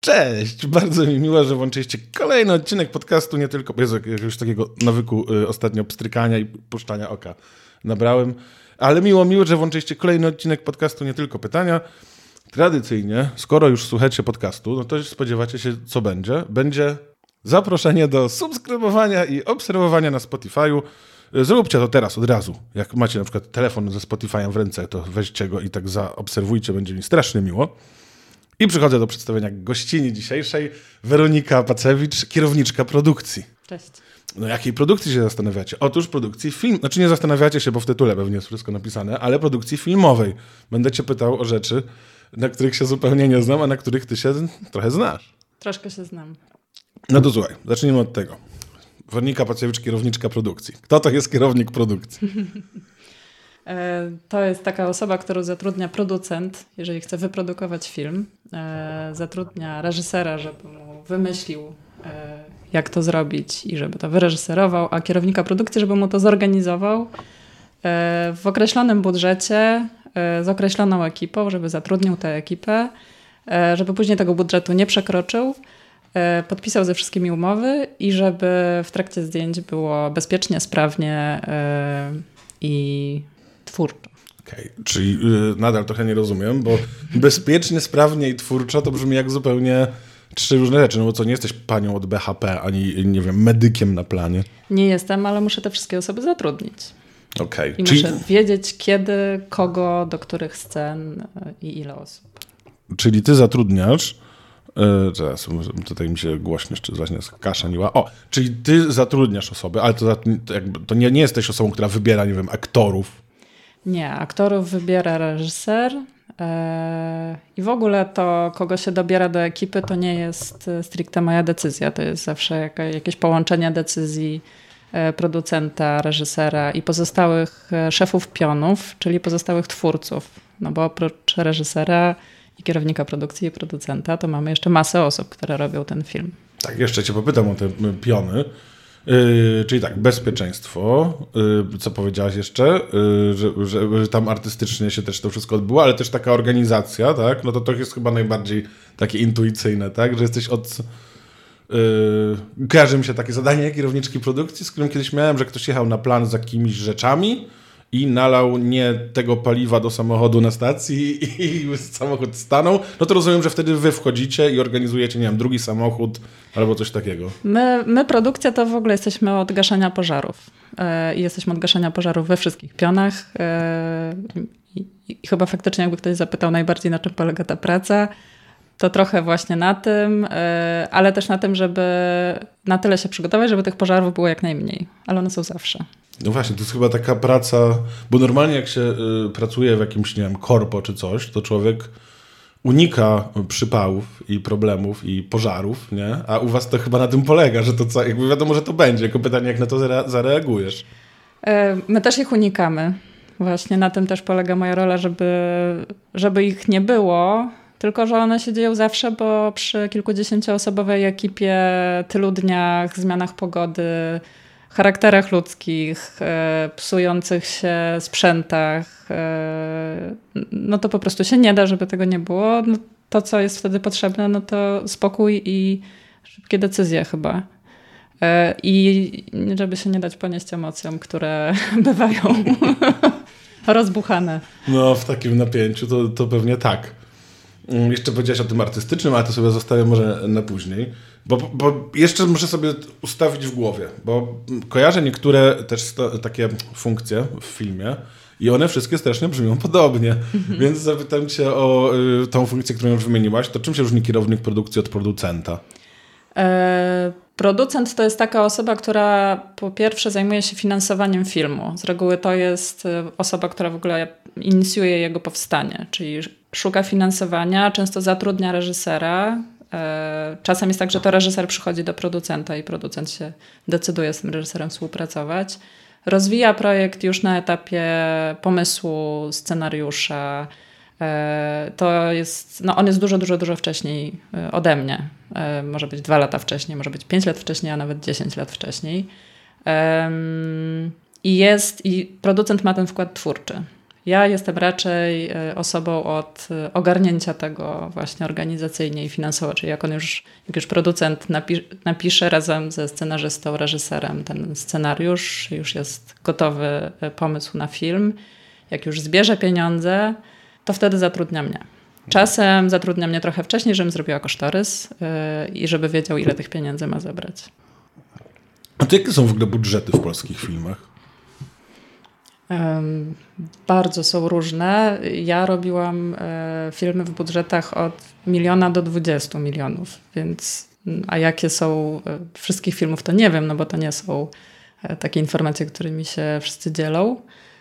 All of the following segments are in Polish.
Cześć! Bardzo mi miło, że włączyliście kolejny odcinek podcastu, nie tylko... Jezu, jakiegoś takiego nawyku ostatnio pstrykania i puszczania oka nabrałem. Ale miło, że włączyliście kolejny odcinek podcastu, nie tylko pytania. Tradycyjnie, skoro już słuchacie podcastu, no to spodziewacie się, co będzie. Będzie zaproszenie do subskrybowania i obserwowania na Spotify'u. Zróbcie to teraz, od razu. Jak macie na przykład telefon ze Spotify'em w ręce, to weźcie go i tak zaobserwujcie, będzie mi strasznie miło. I przychodzę do przedstawienia gościni dzisiejszej. Weronika Pacewicz, kierowniczka produkcji. Cześć. No jakiej produkcji się zastanawiacie? Otóż produkcji film. Znaczy nie zastanawiacie się, bo w tytule pewnie jest wszystko napisane, ale produkcji filmowej. Będę cię pytał o rzeczy, na których się zupełnie nie znam, a na których ty się trochę znasz. Troszkę się znam. No to słuchaj, zacznijmy od tego. Weronika Pacewicz, kierowniczka produkcji. Kto to jest kierownik produkcji? To jest taka osoba, którą zatrudnia producent, jeżeli chce wyprodukować film. Zatrudnia reżysera, żeby mu wymyślił, jak to zrobić i żeby to wyreżyserował, a kierownika produkcji, żeby mu to zorganizował w określonym budżecie, z określoną ekipą, żeby zatrudnił tę ekipę, żeby później tego budżetu nie przekroczył, podpisał ze wszystkimi umowy i żeby w trakcie zdjęć było bezpiecznie, sprawnie i twórczo. Okej, czyli nadal trochę nie rozumiem, bo bezpiecznie, sprawnie i twórczo to brzmi jak zupełnie trzy różne rzeczy, no bo co, nie jesteś panią od BHP, ani, nie wiem, medykiem na planie. Nie jestem, ale muszę te wszystkie osoby zatrudnić. Okej. I muszę wiedzieć kiedy, kogo, do których scen i ile osób. Czyli ty zatrudniasz, zaraz, tutaj mi się głośno jeszcze właśnie skaszaniła. Czyli ty zatrudniasz osoby, ale to nie jesteś osobą, która wybiera, nie wiem, aktorów. Nie, aktorów wybiera reżyser i w ogóle to, kogo się dobiera do ekipy, to nie jest stricte moja decyzja. To jest zawsze jakieś połączenie decyzji producenta, reżysera i pozostałych szefów pionów, czyli pozostałych twórców. No bo oprócz reżysera i kierownika produkcji i producenta, to mamy jeszcze masę osób, które robią ten film. Tak, jeszcze cię popytam o te piony. Czyli tak, bezpieczeństwo, co powiedziałaś jeszcze, że tam artystycznie się też to wszystko odbyło, ale też taka organizacja, tak? No to jest chyba najbardziej takie intuicyjne, tak? Że jesteś kojarzy mi się takie zadanie kierowniczki produkcji, z którym kiedyś miałem, że ktoś jechał na plan za jakimiś rzeczami i nalał nie tego paliwa do samochodu na stacji i samochód stanął, no to rozumiem, że wtedy wy wchodzicie i organizujecie, nie wiem, drugi samochód albo coś takiego. My produkcja to w ogóle jesteśmy od gaszenia pożarów. I jesteśmy od gaszenia pożarów we wszystkich pionach. I chyba faktycznie jakby ktoś zapytał najbardziej na czym polega ta praca, to trochę właśnie na tym, ale też na tym, żeby na tyle się przygotować, żeby tych pożarów było jak najmniej. Ale one są zawsze. No właśnie, to jest chyba taka praca, bo normalnie jak się pracuje w jakimś, nie wiem, korpo czy coś, to człowiek unika przypałów i problemów i pożarów, nie? A u was to chyba na tym polega, że to jakby wiadomo, że to będzie. Tylko pytanie, jak na to zareagujesz? My też ich unikamy. Właśnie na tym też polega moja rola, żeby ich nie było, tylko że one się dzieją zawsze, bo przy kilkudziesięcioosobowej ekipie, tylu dniach, zmianach pogody, charakterach ludzkich, psujących się sprzętach, no to po prostu się nie da, żeby tego nie było. No to, co jest wtedy potrzebne, no to spokój i szybkie decyzje chyba. I żeby się nie dać ponieść emocjom, które bywają rozbuchane. No w takim napięciu to pewnie tak. Jeszcze powiedziałaś o tym artystycznym, ale to sobie zostawię może na później. Bo jeszcze muszę sobie ustawić w głowie, bo kojarzę niektóre też takie funkcje w filmie i one wszystkie strasznie brzmią podobnie. Więc zapytam cię o tą funkcję, którą już wymieniłaś. To czym się różni kierownik produkcji od producenta? Producent to jest taka osoba, która po pierwsze zajmuje się finansowaniem filmu. Z reguły to jest osoba, która w ogóle inicjuje jego powstanie, czyli szuka finansowania, często zatrudnia reżysera. Czasem jest tak, że to reżyser przychodzi do producenta i producent się decyduje z tym reżyserem współpracować. Rozwija projekt już na etapie pomysłu, scenariusza. To jest, on jest dużo wcześniej ode mnie. Może być 2 lata wcześniej, może być 5 lat wcześniej, a nawet 10 lat wcześniej. I producent ma ten wkład twórczy. Ja jestem raczej osobą od ogarnięcia tego właśnie organizacyjnie i finansowo, czyli jak już producent napisze razem ze scenarzystą, reżyserem ten scenariusz, już jest gotowy pomysł na film, jak już zbierze pieniądze, to wtedy zatrudnia mnie. Czasem zatrudnia mnie trochę wcześniej, żebym zrobiła kosztorys i żeby wiedział, ile tych pieniędzy ma zebrać. A to jakie są w ogóle budżety w polskich filmach? Bardzo są różne. Ja robiłam filmy w budżetach od 1 000 000 do 20 milionów, więc a jakie są wszystkich filmów, to nie wiem, no bo to nie są takie informacje, którymi się wszyscy dzielą.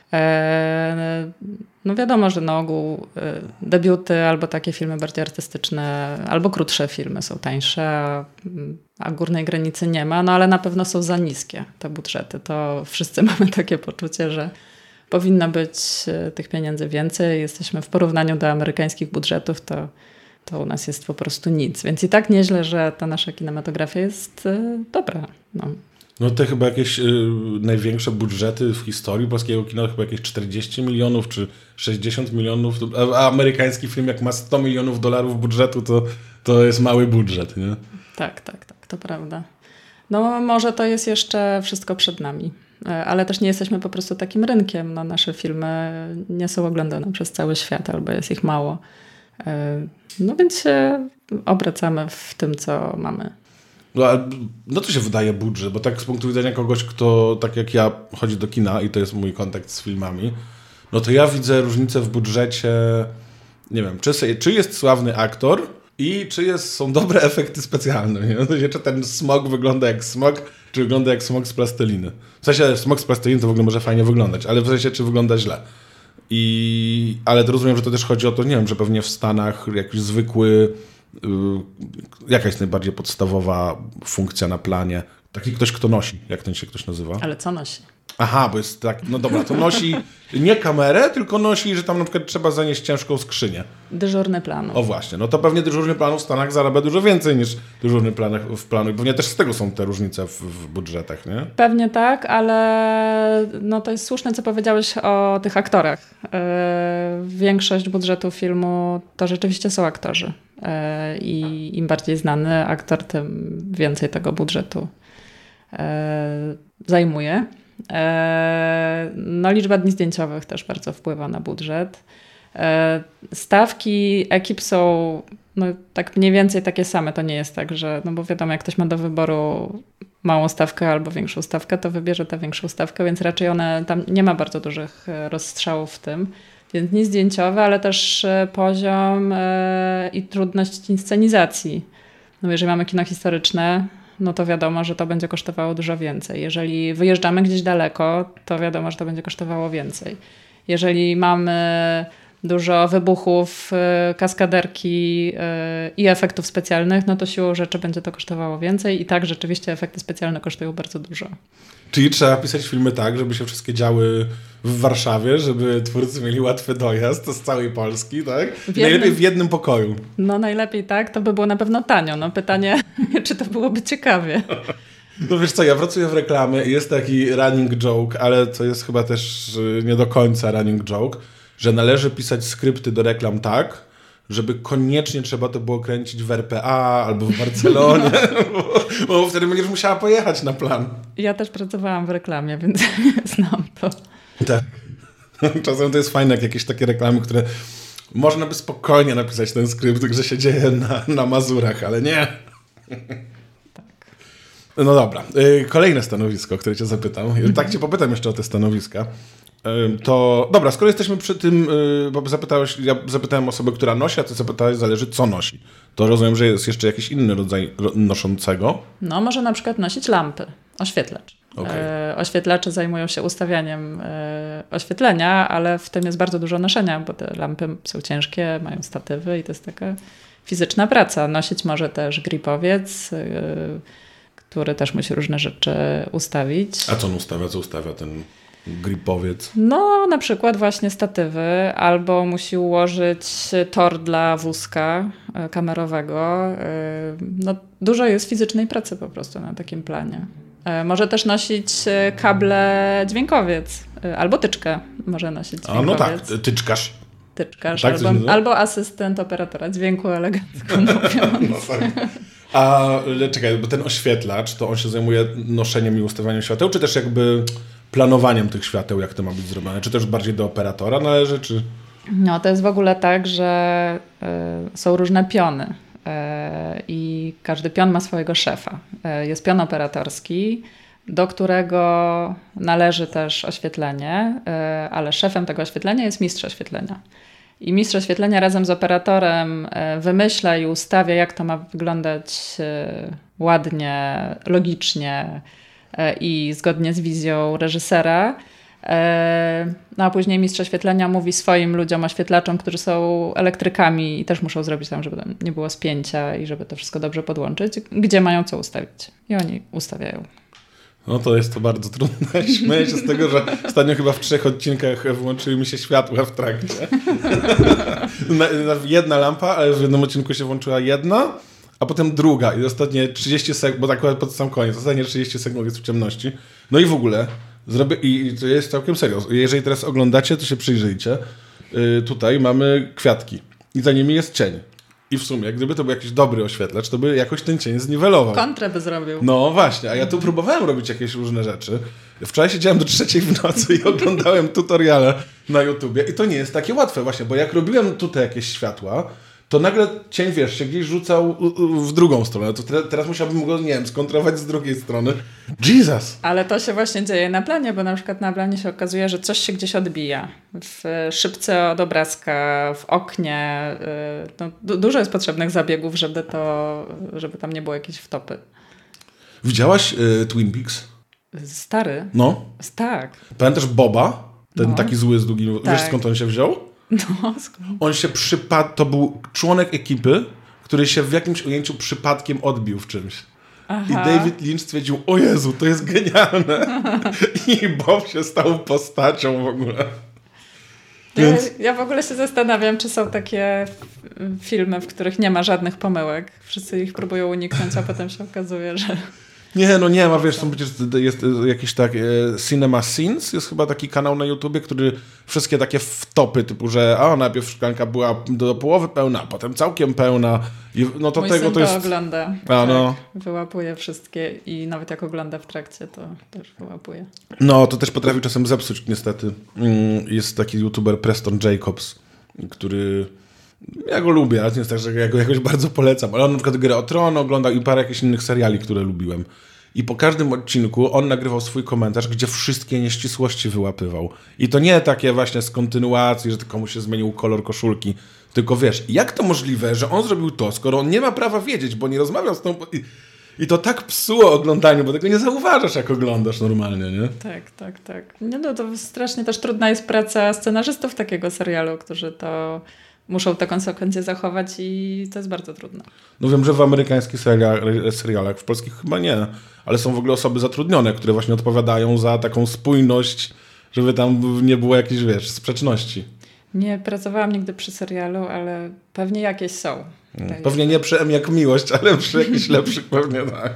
No wiadomo, że na ogół debiuty albo takie filmy bardziej artystyczne, albo krótsze filmy są tańsze, a górnej granicy nie ma, no ale na pewno są za niskie te budżety. To wszyscy mamy takie poczucie, że powinno być tych pieniędzy więcej. Jesteśmy w porównaniu do amerykańskich budżetów, to u nas jest po prostu nic. Więc i tak nieźle, że ta nasza kinematografia jest dobra. No te chyba jakieś największe budżety w historii polskiego kina, chyba jakieś 40 milionów czy 60 milionów, a amerykański film jak ma $100 milionów budżetu, to jest mały budżet, nie? Tak, to prawda. No może to jest jeszcze wszystko przed nami, ale też nie jesteśmy po prostu takim rynkiem. No, nasze filmy nie są oglądane przez cały świat, albo jest ich mało. No więc się obracamy w tym, co mamy. No to się wydaje budżet, bo tak z punktu widzenia kogoś, kto tak jak ja chodzi do kina i to jest mój kontakt z filmami, no to ja widzę różnicę w budżecie, nie wiem, czy jest sławny aktor i czy są dobre efekty specjalne. Nie? Czy ten smog wygląda jak smog, czy wygląda jak smog z plasteliny. W sensie smog z plasteliny to w ogóle może fajnie wyglądać, ale w sensie czy wygląda źle. Ale to rozumiem, że to też chodzi o to, nie wiem, że pewnie w Stanach jakiś zwykły jaka jest najbardziej podstawowa funkcja na planie? Taki ktoś, kto nosi, jak ten się ktoś nazywa? Ale co nosi? Aha, bo jest tak, no dobra, to nosi nie kamerę, tylko nosi, że tam na przykład trzeba zanieść ciężką skrzynię. Dyżurny planu. O właśnie, no to pewnie dyżurny plan w Stanach zarabia dużo więcej niż dyżurny plan w planu. I pewnie też z tego są te różnice w budżetach, nie? Pewnie tak, ale no to jest słuszne, co powiedziałeś o tych aktorach. Większość budżetu filmu to rzeczywiście są aktorzy. I im bardziej znany aktor, tym więcej tego budżetu zajmuje. No, liczba dni zdjęciowych też bardzo wpływa na budżet. Stawki ekip są no, tak mniej więcej takie same. To nie jest tak, że, no bo wiadomo, jak ktoś ma do wyboru małą stawkę albo większą stawkę, to wybierze tę większą stawkę, więc raczej tam nie ma bardzo dużych rozstrzałów w tym. Więc dni zdjęciowe, ale też poziom i trudność inscenizacji. No jeżeli mamy kino historyczne, no to wiadomo, że to będzie kosztowało dużo więcej. Jeżeli wyjeżdżamy gdzieś daleko, to wiadomo, że to będzie kosztowało więcej. Jeżeli mamy dużo wybuchów, kaskaderki i efektów specjalnych, no to siłą rzeczy będzie to kosztowało więcej i tak rzeczywiście efekty specjalne kosztują bardzo dużo. Czyli trzeba pisać filmy tak, żeby się wszystkie działy w Warszawie, żeby twórcy mieli łatwy dojazd z całej Polski, tak? Najlepiej w jednym pokoju. No najlepiej tak, to by było na pewno tanio. No pytanie, czy to byłoby ciekawie. No wiesz co, ja pracuję w reklamie i jest taki running joke, ale to jest chyba też nie do końca running joke, że należy pisać skrypty do reklam tak, żeby koniecznie trzeba to było kręcić w RPA albo w Barcelonie, bo wtedy będziesz musiała pojechać na plan. Ja też pracowałam w reklamie, więc znam to. Tak. Czasem to jest fajne, jak jakieś takie reklamy, które można by spokojnie napisać ten skrypt, że się dzieje na Mazurach, ale nie. Tak. No dobra. Kolejne stanowisko, które cię zapytam. Tak cię popytam jeszcze o te stanowiska. To dobra, skoro jesteśmy przy tym, bo ja zapytałem osobę, która nosi, a ty zapytałeś, zależy co nosi. To rozumiem, że jest jeszcze jakiś inny rodzaj noszącego. No może na przykład nosić lampy, oświetlacz. Okay. Oświetlacze zajmują się ustawianiem oświetlenia, ale w tym jest bardzo dużo noszenia, bo te lampy są ciężkie, mają statywy i to jest taka fizyczna praca. Nosić może też gripowiec, który też musi różne rzeczy ustawić. A co on ustawia? Co ustawia ten gripowiec? No na przykład właśnie statywy, albo musi ułożyć tor dla wózka kamerowego. No, dużo jest fizycznej pracy po prostu na takim planie. Może też nosić kable dźwiękowiec albo tyczkę może nosić dźwiękowiec. No tak, tyczkarz. Tyczkarz tak, albo asystent operatora dźwięku, elegancko mówiąc. No tak. Ale czekaj, bo ten oświetlacz, to on się zajmuje noszeniem i ustawianiem świateł, czy też jakby planowaniem tych świateł, jak to ma być zrobione? Czy też bardziej do operatora należy, czy... No, to jest w ogóle tak, że są różne piony i każdy pion ma swojego szefa. Jest pion operatorski, do którego należy też oświetlenie, ale szefem tego oświetlenia jest mistrz oświetlenia. I mistrz oświetlenia razem z operatorem wymyśla i ustawia, jak to ma wyglądać ładnie, logicznie i zgodnie z wizją reżysera. No a później mistrz oświetlenia mówi swoim ludziom, oświetlaczom, którzy są elektrykami i też muszą zrobić tam, żeby tam nie było spięcia i żeby to wszystko dobrze podłączyć, gdzie mają co ustawić. I oni ustawiają. No to jest to bardzo trudne. Śmieję się z tego, że ostatnio chyba w 3 odcinkach włączyły mi się światła w trakcie. Jedna lampa, ale w jednym odcinku się włączyła jedna, a potem druga i ostatnie 30 sekund, bo tak akurat pod sam koniec, ostatnie 30 sekund jest w ciemności. No i w ogóle i to jest całkiem serio. Jeżeli teraz oglądacie, to się przyjrzyjcie. Tutaj mamy kwiatki i za nimi jest cień. I w sumie, gdyby to był jakiś dobry oświetlacz, to by jakoś ten cień zniwelował. Kontrę by zrobił. No właśnie, a ja tu próbowałem robić jakieś różne rzeczy. Wczoraj siedziałem do 3 w nocy i oglądałem tutoriale na YouTubie i to nie jest takie łatwe właśnie, bo jak robiłem tutaj jakieś światła, to nagle cień, wiesz, się gdzieś rzucał w drugą stronę. To teraz musiałbym go, nie wiem, skontrować z drugiej strony. Jesus! Ale to się właśnie dzieje na planie, bo na przykład na planie się okazuje, że coś się gdzieś odbija. W szybce od obrazka, w oknie. No, dużo jest potrzebnych zabiegów, żeby tam nie było jakieś wtopy. Widziałaś Twin Peaks? Stary? No. Tak. Pamiętasz Boba? Ten taki zły z długim... Tak. Wiesz, skąd on się wziął? No, skąd? On się to był członek ekipy, który się w jakimś ujęciu przypadkiem odbił w czymś. Aha. I David Lynch stwierdził, o Jezu, to jest genialne. I Bob się stał postacią w ogóle. Więc... Ja w ogóle się zastanawiam, czy są takie filmy, w których nie ma żadnych pomyłek. Wszyscy ich próbują uniknąć, a potem się okazuje, że... Nie ma, wiesz, jest jakiś tak Cinema Scenes, jest chyba taki kanał na YouTubie, który wszystkie takie wtopy typu, że najpierw szklanka była do połowy pełna, a potem całkiem pełna. No to mój tego syn to jest... ogląda. Tak, no. Wyłapuje wszystkie i nawet jak ogląda w trakcie, to też wyłapuje. No, to też potrafi czasem zepsuć niestety. Jest taki YouTuber Preston Jacobs, który... Ja go lubię, ale to nie jest tak, że ja go jakoś bardzo polecam. Ale on na przykład Grę o Tron oglądał i parę jakichś innych seriali, które lubiłem. I po każdym odcinku on nagrywał swój komentarz, gdzie wszystkie nieścisłości wyłapywał. I to nie takie właśnie z kontynuacji, że komuś się zmienił kolor koszulki. Tylko wiesz, jak to możliwe, że on zrobił to, skoro on nie ma prawa wiedzieć, bo nie rozmawiał z tą... I to tak psuło oglądaniu, bo tego nie zauważasz, jak oglądasz normalnie, nie? Tak. No to strasznie też trudna jest praca scenarzystów takiego serialu, którzy to... muszą te konsekwencje zachować i to jest bardzo trudne. No wiem, że w amerykańskich serialach, w polskich chyba nie, ale są w ogóle osoby zatrudnione, które właśnie odpowiadają za taką spójność, żeby tam nie było jakichś, wiesz, sprzeczności. Nie pracowałam nigdy przy serialu, ale pewnie jakieś są. Pewnie nie przy M jak Miłość, ale przy jakichś lepszych pewnie tak.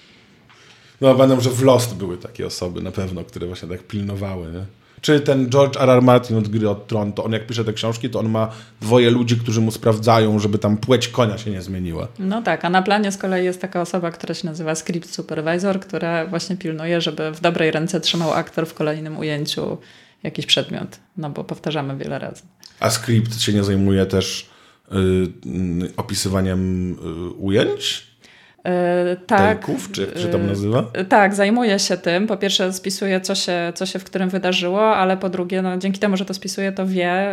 No pamiętam, że w Lost były takie osoby na pewno, które właśnie tak pilnowały, nie? Czy ten George R.R. Martin od Gry o Tron, to on jak pisze te książki, to on ma 2 ludzi, którzy mu sprawdzają, żeby tam płeć konia się nie zmieniła. No tak, a na planie z kolei jest taka osoba, która się nazywa script supervisor, która właśnie pilnuje, żeby w dobrej ręce trzymał aktor w kolejnym ujęciu jakiś przedmiot, no bo powtarzamy wiele razy. A script się nie zajmuje też opisywaniem ujęć? Tak. Take'ów, czy jak się tam nazywa? Tak, zajmuje się tym. Po pierwsze spisuje, co się w którym wydarzyło, ale po drugie, no, dzięki temu, że to spisuje, to wie,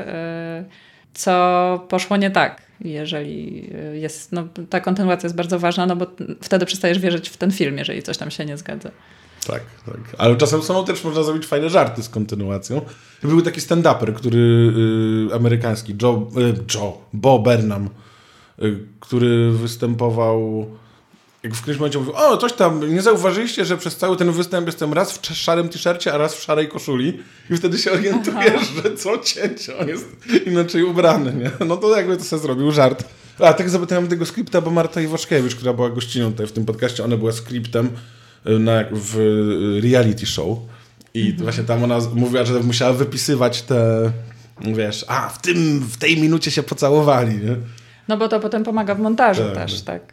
co poszło nie tak. Jeżeli jest, no, ta kontynuacja jest bardzo ważna, no bo wtedy przestajesz wierzyć w ten film, jeżeli coś tam się nie zgadza. Tak. Ale czasem też można zrobić fajne żarty z kontynuacją. Był taki stand-uper, który amerykański, Bo Burnham, który występował... Jak w którymś momencie mówił, coś tam, nie zauważyliście, że przez cały ten występ jestem raz w szarym t-shircie, a raz w szarej koszuli i wtedy się orientujesz, że co cięcie, on jest inaczej ubrany, nie? No to jakby to sobie zrobił żart. A tak zapytałem tego skrypta, bo Marta Iwaszkiewicz, która była gościnią tutaj w tym podcaście, ona była skryptem w reality show i właśnie tam ona mówiła, że musiała wypisywać te, wiesz, w tej minucie się pocałowali, nie? No bo to potem pomaga w montażu też, tak.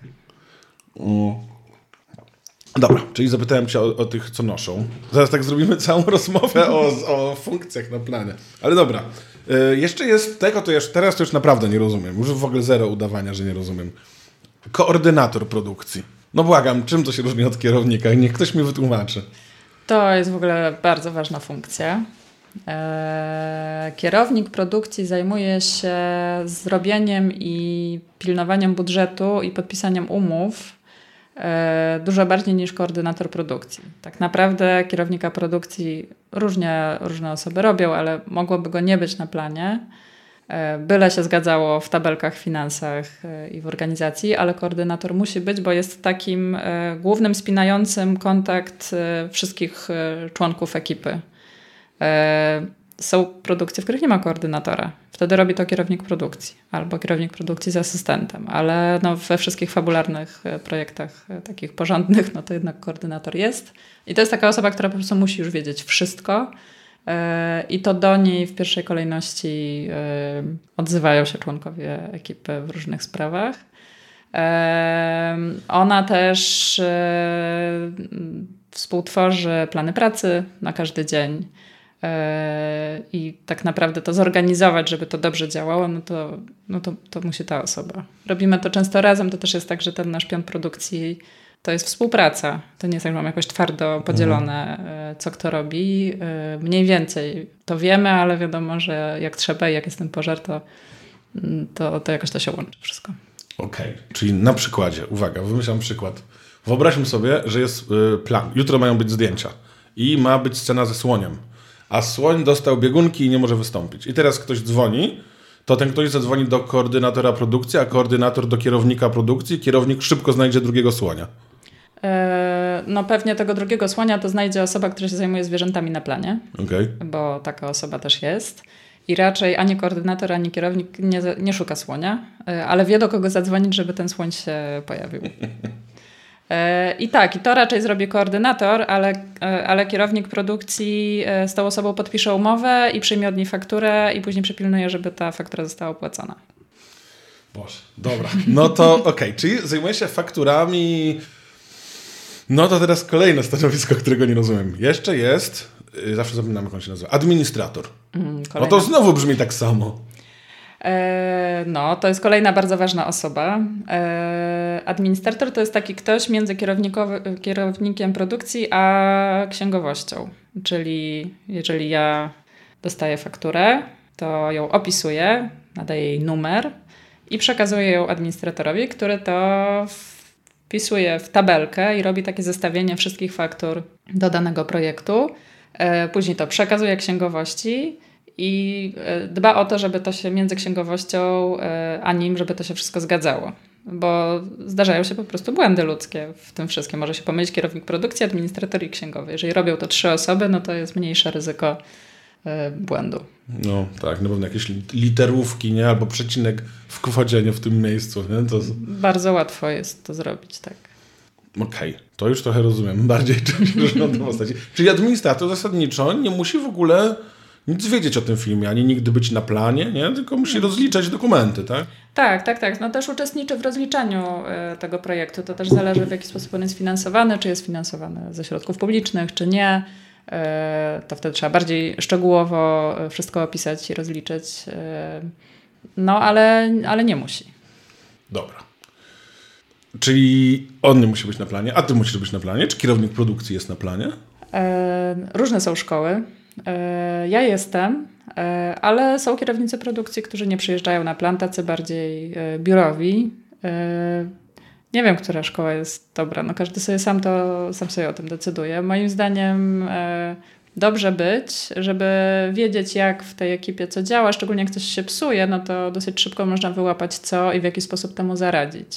Dobra, czyli zapytałem cię o tych, co noszą. Zaraz tak zrobimy całą rozmowę o funkcjach na planie. Ale dobra, jeszcze jest tego, teraz to już naprawdę nie rozumiem. Już w ogóle zero udawania, że nie rozumiem. Koordynator produkcji. No błagam, czym to się różni od kierownika? Niech ktoś mi wytłumaczy. To jest w ogóle bardzo ważna funkcja. Kierownik produkcji zajmuje się zrobieniem i pilnowaniem budżetu i podpisaniem umów dużo bardziej niż koordynator produkcji. Tak naprawdę kierownika produkcji różne osoby robią, ale mogłoby go nie być na planie. Byle się zgadzało w tabelkach, finansach i w organizacji, ale koordynator musi być, bo jest takim głównym spinającym kontakt wszystkich członków ekipy. Są produkcje, w których nie ma koordynatora. Wtedy robi to kierownik produkcji albo kierownik produkcji z asystentem, ale no we wszystkich fabularnych projektach takich porządnych, no to jednak koordynator jest. I to jest taka osoba, która po prostu musi już wiedzieć wszystko i to do niej w pierwszej kolejności odzywają się członkowie ekipy w różnych sprawach. Ona też współtworzy plany pracy na każdy dzień. I tak naprawdę to zorganizować, żeby to dobrze działało, to musi ta osoba. Robimy to często razem, to też jest tak, że ten nasz pion produkcji to jest współpraca. To nie jest tak, że mamy jakoś twardo podzielone, co kto robi. Mniej więcej to wiemy, ale wiadomo, że jak trzeba i jak jest ten pożar, to jakoś to się łączy wszystko. Okej, czyli na przykładzie, uwaga, wymyślam przykład. Wyobraźmy sobie, że jest plan. Jutro mają być zdjęcia i ma być scena ze słoniem. A słoń dostał biegunki i nie może wystąpić. I teraz ktoś dzwoni, to ten ktoś zadzwoni do koordynatora produkcji, a koordynator do kierownika produkcji. Kierownik szybko znajdzie drugiego słonia. No pewnie tego drugiego słonia to znajdzie osoba, która się zajmuje zwierzętami na planie. Okay. Bo taka osoba też jest. I raczej ani koordynator, ani kierownik nie szuka słonia, ale wie, do kogo zadzwonić, żeby ten słoń się pojawił. I to raczej zrobi koordynator, ale kierownik produkcji z tą osobą podpisze umowę i przyjmie od niej fakturę i później przypilnuje, żeby ta faktura została opłacona. Boże, dobra. No to okej, czyli zajmuje się fakturami. No to teraz kolejne stanowisko, którego nie rozumiem. Jeszcze jest, zawsze zapominam, jak on się nazywa, administrator. No to znowu brzmi tak samo. No, to jest kolejna bardzo ważna osoba. Administrator to jest taki ktoś między kierownikiem produkcji a księgowością. Czyli jeżeli ja dostaję fakturę, to ją opisuję, nadaję jej numer i przekazuję ją administratorowi, który to wpisuje w tabelkę i robi takie zestawienie wszystkich faktur do danego projektu. Później to przekazuje księgowości i dba o to, żeby to się między księgowością a nim, żeby to się wszystko zgadzało. Bo zdarzają się po prostu błędy ludzkie w tym wszystkim. Może się pomylić kierownik produkcji, administrator i księgowy. Jeżeli robią to 3 osoby, no to jest mniejsze ryzyko błędu. No tak, na pewno jakieś literówki, nie? Albo przecinek w kwocie, nie w tym miejscu. Nie? To... Bardzo łatwo jest to zrobić, tak. Okej, to już trochę rozumiem. Bardziej o postaci. Czyli administrator zasadniczo nie musi w ogóle nic wiedzieć o tym filmie, ani nigdy być na planie, nie? Tylko musi rozliczać dokumenty, tak? Tak. No też uczestniczy w rozliczaniu tego projektu. To też zależy, w jaki sposób on jest finansowany, czy jest finansowany ze środków publicznych, czy nie. To wtedy trzeba bardziej szczegółowo wszystko opisać i rozliczyć. No, ale nie musi. Dobra. Czyli on nie musi być na planie, a ty musisz być na planie? Czy kierownik produkcji jest na planie? Różne są szkoły. Ja jestem, ale są kierownicy produkcji, którzy nie przyjeżdżają na plan, tacy bardziej biurowi. Nie wiem, która szkoła jest dobra. No każdy sobie sam sobie o tym decyduje. Moim zdaniem dobrze być, żeby wiedzieć, jak w tej ekipie co działa, szczególnie jak coś się psuje, no to dosyć szybko można wyłapać co i w jaki sposób temu zaradzić.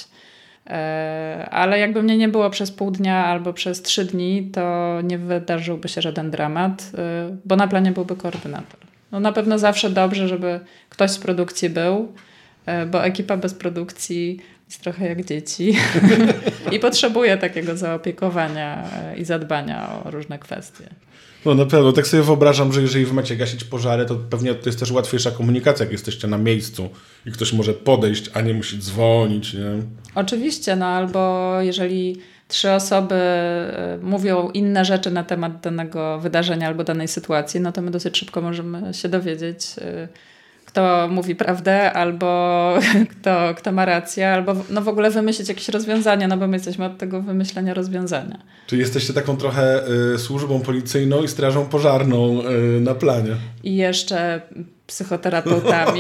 Ale jakby mnie nie było przez pół dnia albo przez 3 dni, to nie wydarzyłby się żaden dramat, bo na planie byłby koordynator. No na pewno zawsze dobrze, żeby ktoś z produkcji był, bo ekipa bez produkcji jest trochę jak dzieci i potrzebuje takiego zaopiekowania i zadbania o różne kwestie. No na pewno, tak sobie wyobrażam, że jeżeli wy macie gasić pożary, to pewnie to jest też łatwiejsza komunikacja, jak jesteście na miejscu i ktoś może podejść, a nie musi dzwonić, nie? Oczywiście, no albo jeżeli 3 osoby mówią inne rzeczy na temat danego wydarzenia albo danej sytuacji, no to my dosyć szybko możemy się dowiedzieć, kto mówi prawdę, albo kto ma rację, albo no w ogóle wymyślić jakieś rozwiązania, no bo my jesteśmy od tego wymyślania rozwiązania. Czyli jesteście taką trochę służbą policyjną i strażą pożarną na planie. I jeszcze psychoterapeutami.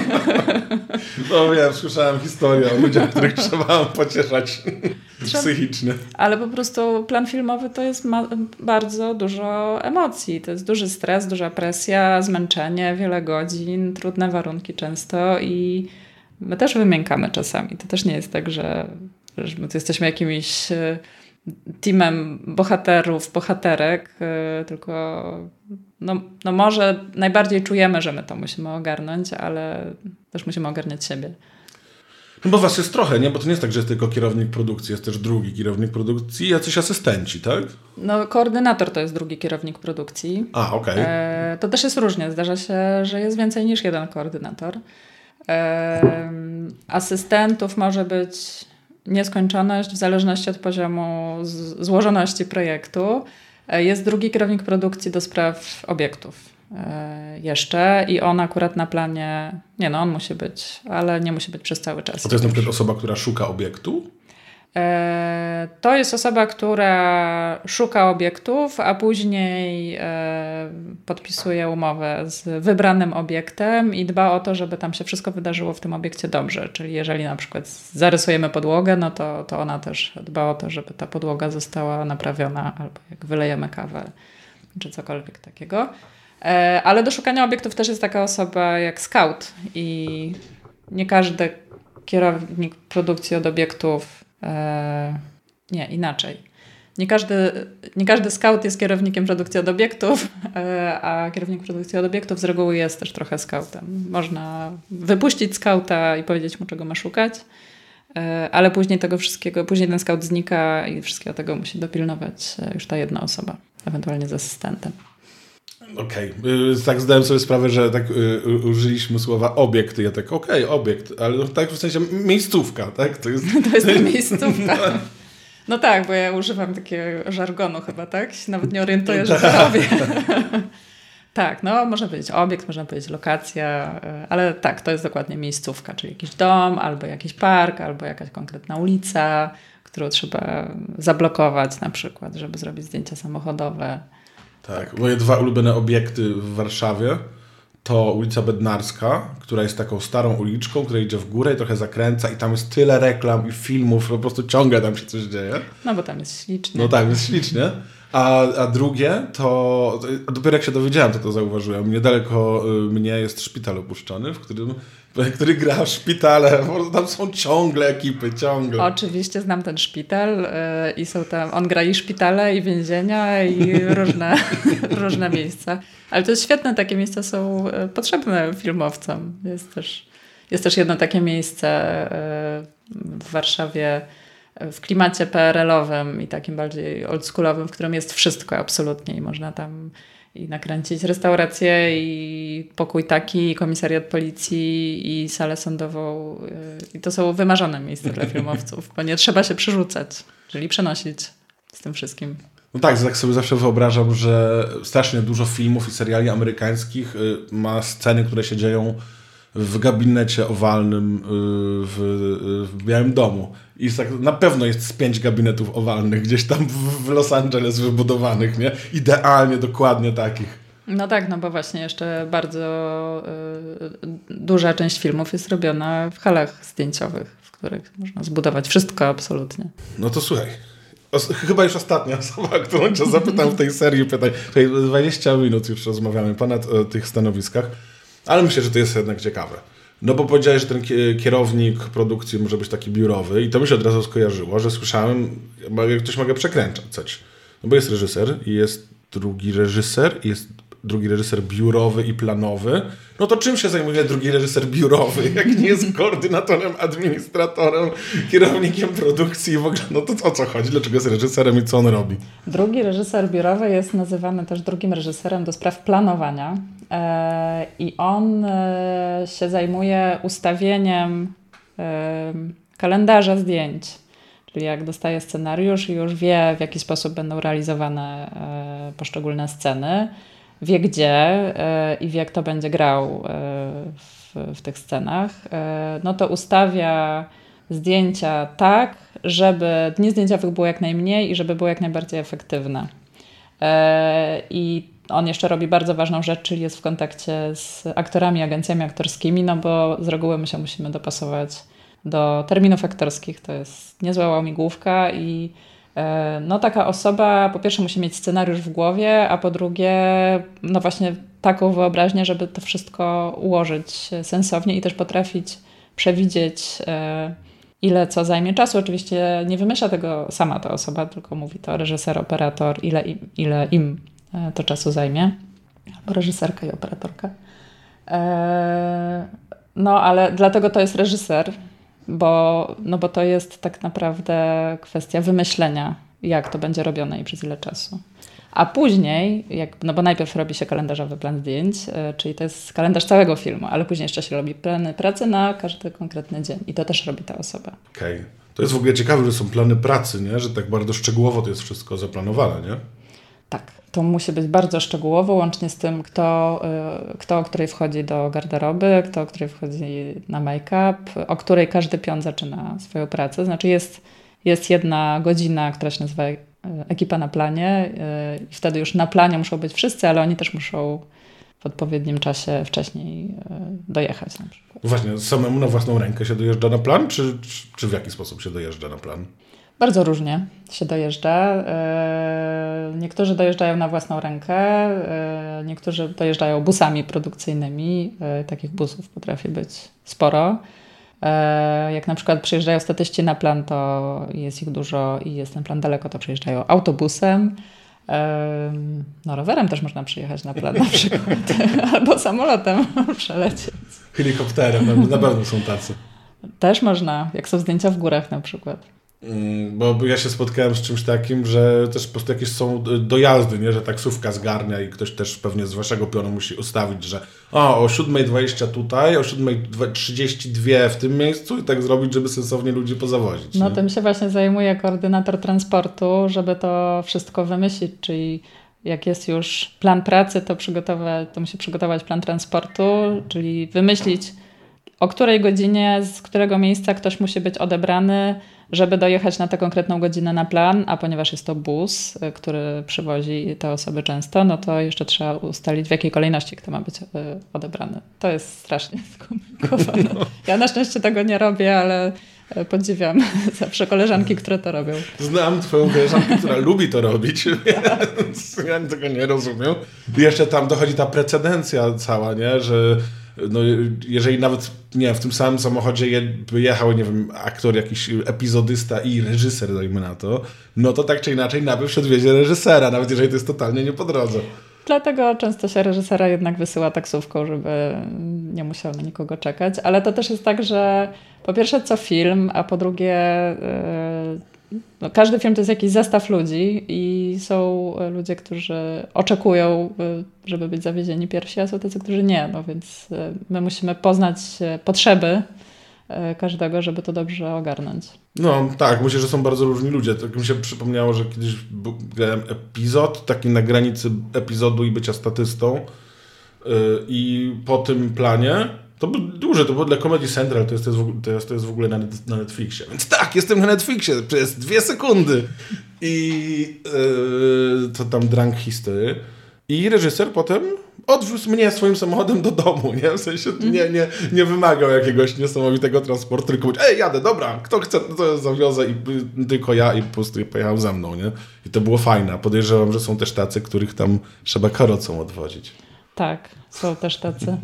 No wiem, słyszałem historię o ludziach, których trzeba pocieszać psychicznie. Ale po prostu plan filmowy to jest bardzo dużo emocji. To jest duży stres, duża presja, zmęczenie, wiele godzin, trudne warunki często i my też wymiękamy czasami. To też nie jest tak, że my tu jesteśmy jakimiś teamem bohaterów, bohaterek, tylko no może najbardziej czujemy, że my to musimy ogarnąć, ale też musimy ogarniać siebie. No bo was jest trochę, nie? Bo to nie jest tak, że jest tylko kierownik produkcji, jest też drugi kierownik produkcji i jacyś asystenci, tak? No koordynator to jest drugi kierownik produkcji. A, okej. To też jest różnie. Zdarza się, że jest więcej niż jeden koordynator. Asystentów może być nieskończoność w zależności od poziomu złożoności projektu. Jest drugi kierownik produkcji do spraw obiektów jeszcze i on akurat na planie, on musi być, ale nie musi być przez cały czas. A to jest na przykład osoba, która szuka obiektu? To jest osoba, która szuka obiektów, a później podpisuje umowę z wybranym obiektem i dba o to, żeby tam się wszystko wydarzyło w tym obiekcie dobrze. Czyli jeżeli na przykład zarysujemy podłogę, no to ona też dba o to, żeby ta podłoga została naprawiona, albo jak wylejemy kawę, czy cokolwiek takiego. Ale do szukania obiektów też jest taka osoba jak scout i nie każdy kierownik produkcji od obiektów inaczej. Nie każdy scout jest kierownikiem produkcji od obiektów, a kierownik produkcji od obiektów z reguły jest też trochę scoutem. Można wypuścić skauta i powiedzieć mu, czego ma szukać, ale później ten scout znika i wszystkiego tego musi dopilnować już ta jedna osoba, ewentualnie z asystentem. Okej. Tak zdałem sobie sprawę, że tak użyliśmy słowa obiekt. Ja tak, obiekt, ale tak w sensie miejscówka, tak? To jest ta miejscówka. No tak, bo ja używam takiego żargonu chyba, tak? Się nawet nie orientuję, że to robię. Tak, może być obiekt, można powiedzieć lokacja, ale tak, to jest dokładnie miejscówka, czyli jakiś dom, albo jakiś park, albo jakaś konkretna ulica, którą trzeba zablokować na przykład, żeby zrobić zdjęcia samochodowe. Tak, moje 2 ulubione obiekty w Warszawie to ulica Bednarska, która jest taką starą uliczką, która idzie w górę i trochę zakręca i tam jest tyle reklam i filmów, po prostu ciągle tam się coś dzieje. No bo tam jest ślicznie. No tak, jest ślicznie. A drugie to dopiero jak się dowiedziałem, to zauważyłem. Niedaleko mnie jest szpital opuszczony, który gra w szpitale. Tam są ciągle ekipy, ciągle. Oczywiście znam ten szpital i są tam, on gra i szpitale, i więzienia, i różne miejsca. Ale to jest świetne, takie miejsca są potrzebne filmowcom. Jest też jedno takie miejsce w Warszawie, w klimacie PRL-owym i takim bardziej oldschoolowym, w którym jest wszystko absolutnie i można tam i nakręcić restaurację i pokój taki, i komisariat policji, i salę sądową. I to są wymarzone miejsca dla filmowców, bo nie trzeba się przerzucać, czyli przenosić z tym wszystkim. No tak sobie zawsze wyobrażam, że strasznie dużo filmów i seriali amerykańskich ma sceny, które się dzieją w gabinecie owalnym w Białym Domu. I tak, na pewno jest z 5 gabinetów owalnych gdzieś tam w Los Angeles wybudowanych, nie? Idealnie, dokładnie takich. No tak, bo właśnie jeszcze bardzo duża część filmów jest robiona w halach zdjęciowych, w których można zbudować wszystko absolutnie. No to słuchaj, chyba już ostatnia osoba, którą cię zapytam w tej serii pytań. 20 minut już rozmawiamy ponad o tych stanowiskach, ale myślę, że to jest jednak ciekawe. No bo powiedziałeś, że ten kierownik produkcji może być taki biurowy i to mi się od razu skojarzyło, że słyszałem, jak ktoś mogę przekręcać coś. No bo jest reżyser i jest drugi reżyser i jest drugi reżyser biurowy i planowy, no to czym się zajmuje drugi reżyser biurowy, jak nie jest koordynatorem, administratorem, kierownikiem produkcji i w ogóle, no to o co chodzi, dlaczego jest reżyserem i co on robi? Drugi reżyser biurowy jest nazywany też drugim reżyserem do spraw planowania i on się zajmuje ustawieniem kalendarza zdjęć. Czyli jak dostaje scenariusz i już wie, w jaki sposób będą realizowane poszczególne sceny, wie gdzie i wie, kto będzie grał w tych scenach, no to ustawia zdjęcia tak, żeby dni zdjęciowych było jak najmniej i żeby było jak najbardziej efektywne. I on jeszcze robi bardzo ważną rzecz, czyli jest w kontakcie z aktorami, agencjami aktorskimi, no bo z reguły my się musimy dopasować do terminów aktorskich. To jest niezła łamigłówka i no taka osoba po pierwsze musi mieć scenariusz w głowie, a po drugie no właśnie taką wyobraźnię, żeby to wszystko ułożyć sensownie i też potrafić przewidzieć, ile co zajmie czasu. Oczywiście nie wymyśla tego sama ta osoba, tylko mówi to reżyser, operator, ile im to czasu zajmie. Albo reżyserka i operatorka. No ale dlatego to jest reżyser, bo to jest tak naprawdę kwestia wymyślenia, jak to będzie robione i przez ile czasu. A później, bo najpierw robi się kalendarzowy plan zdjęć, czyli to jest kalendarz całego filmu, ale później jeszcze się robi plany pracy na każdy konkretny dzień i to też robi ta osoba. Okej. To jest w ogóle ciekawe, że są plany pracy, nie? Że tak bardzo szczegółowo to jest wszystko zaplanowane, nie? Tak, to musi być bardzo szczegółowo, łącznie z tym, kto o której wchodzi do garderoby, kto o której wchodzi na make-up, o której każdy pion zaczyna swoją pracę. Znaczy jest jedna godzina, która się nazywa ekipa na planie i wtedy już na planie muszą być wszyscy, ale oni też muszą w odpowiednim czasie wcześniej dojechać na przykład. Właśnie, samemu na własną rękę się dojeżdża na plan, czy w jaki sposób się dojeżdża na plan? Bardzo różnie się dojeżdża. Niektórzy dojeżdżają na własną rękę, niektórzy dojeżdżają busami produkcyjnymi. Takich busów potrafi być sporo. Jak na przykład przyjeżdżają statyści na plan, to jest ich dużo i jest ten plan daleko, to przyjeżdżają autobusem. No rowerem też można przyjechać na plan na przykład. Albo samolotem przelecieć. Helikopterem, na pewno są tacy. Też można, jak są zdjęcia w górach na przykład. Bo ja się spotkałem z czymś takim, że też po prostu jakieś są dojazdy, nie? Że taksówka zgarnia i ktoś też pewnie z waszego pionu musi ustawić, że o 7:20 tutaj, o 7:32 w tym miejscu i tak zrobić, żeby sensownie ludzi pozawozić. No nie? tym się właśnie zajmuje koordynator transportu, żeby to wszystko wymyślić, czyli jak jest już plan pracy, to musi przygotować plan transportu, czyli wymyślić, o której godzinie, z którego miejsca ktoś musi być odebrany, żeby dojechać na tę konkretną godzinę na plan, a ponieważ jest to bus, który przywozi te osoby często, no to jeszcze trzeba ustalić, w jakiej kolejności kto ma być odebrany. To jest strasznie skomplikowane. Ja na szczęście tego nie robię, ale podziwiam zawsze koleżanki, które to robią. Znam twoją koleżankę, która lubi to robić, więc ja tego nie rozumiem. I jeszcze tam dochodzi ta precedencja cała, nie? Że no, jeżeli nawet nie w tym samym samochodzie by jechał, nie wiem, aktor, jakiś epizodysta i reżyser, dajmy na to, no to tak czy inaczej najpierw się odwiezie reżysera, nawet jeżeli to jest totalnie nie po drodze. Dlatego często się reżysera jednak wysyła taksówką, żeby nie musiał na nikogo czekać. Ale to też jest tak, że po pierwsze co film, a po drugie no, każdy film to jest jakiś zestaw ludzi i są ludzie, którzy oczekują, żeby być zawiezieni pierwsi, a są tacy, którzy nie. No więc my musimy poznać potrzeby każdego, żeby to dobrze ogarnąć. No tak, myślę, że są bardzo różni ludzie. Tak mi się przypomniało, że kiedyś grałem epizod, taki na granicy epizodu i bycia statystą i po tym planie to był duży, to było dla Comedy Central, to jest w ogóle na Netflixie. Więc tak, jestem na Netflixie przez 2 sekundy. I to tam Drunk History. I reżyser potem odwiózł mnie swoim samochodem do domu, nie? W sensie nie wymagał jakiegoś niesamowitego transportu, tylko powiedział, jadę, dobra, kto chce, to zawiozę i tylko ja i po prostu pojechał ze mną, nie? I to było fajne. Podejrzewam, że są też tacy, których tam trzeba karocą odwozić. Tak, są też tacy.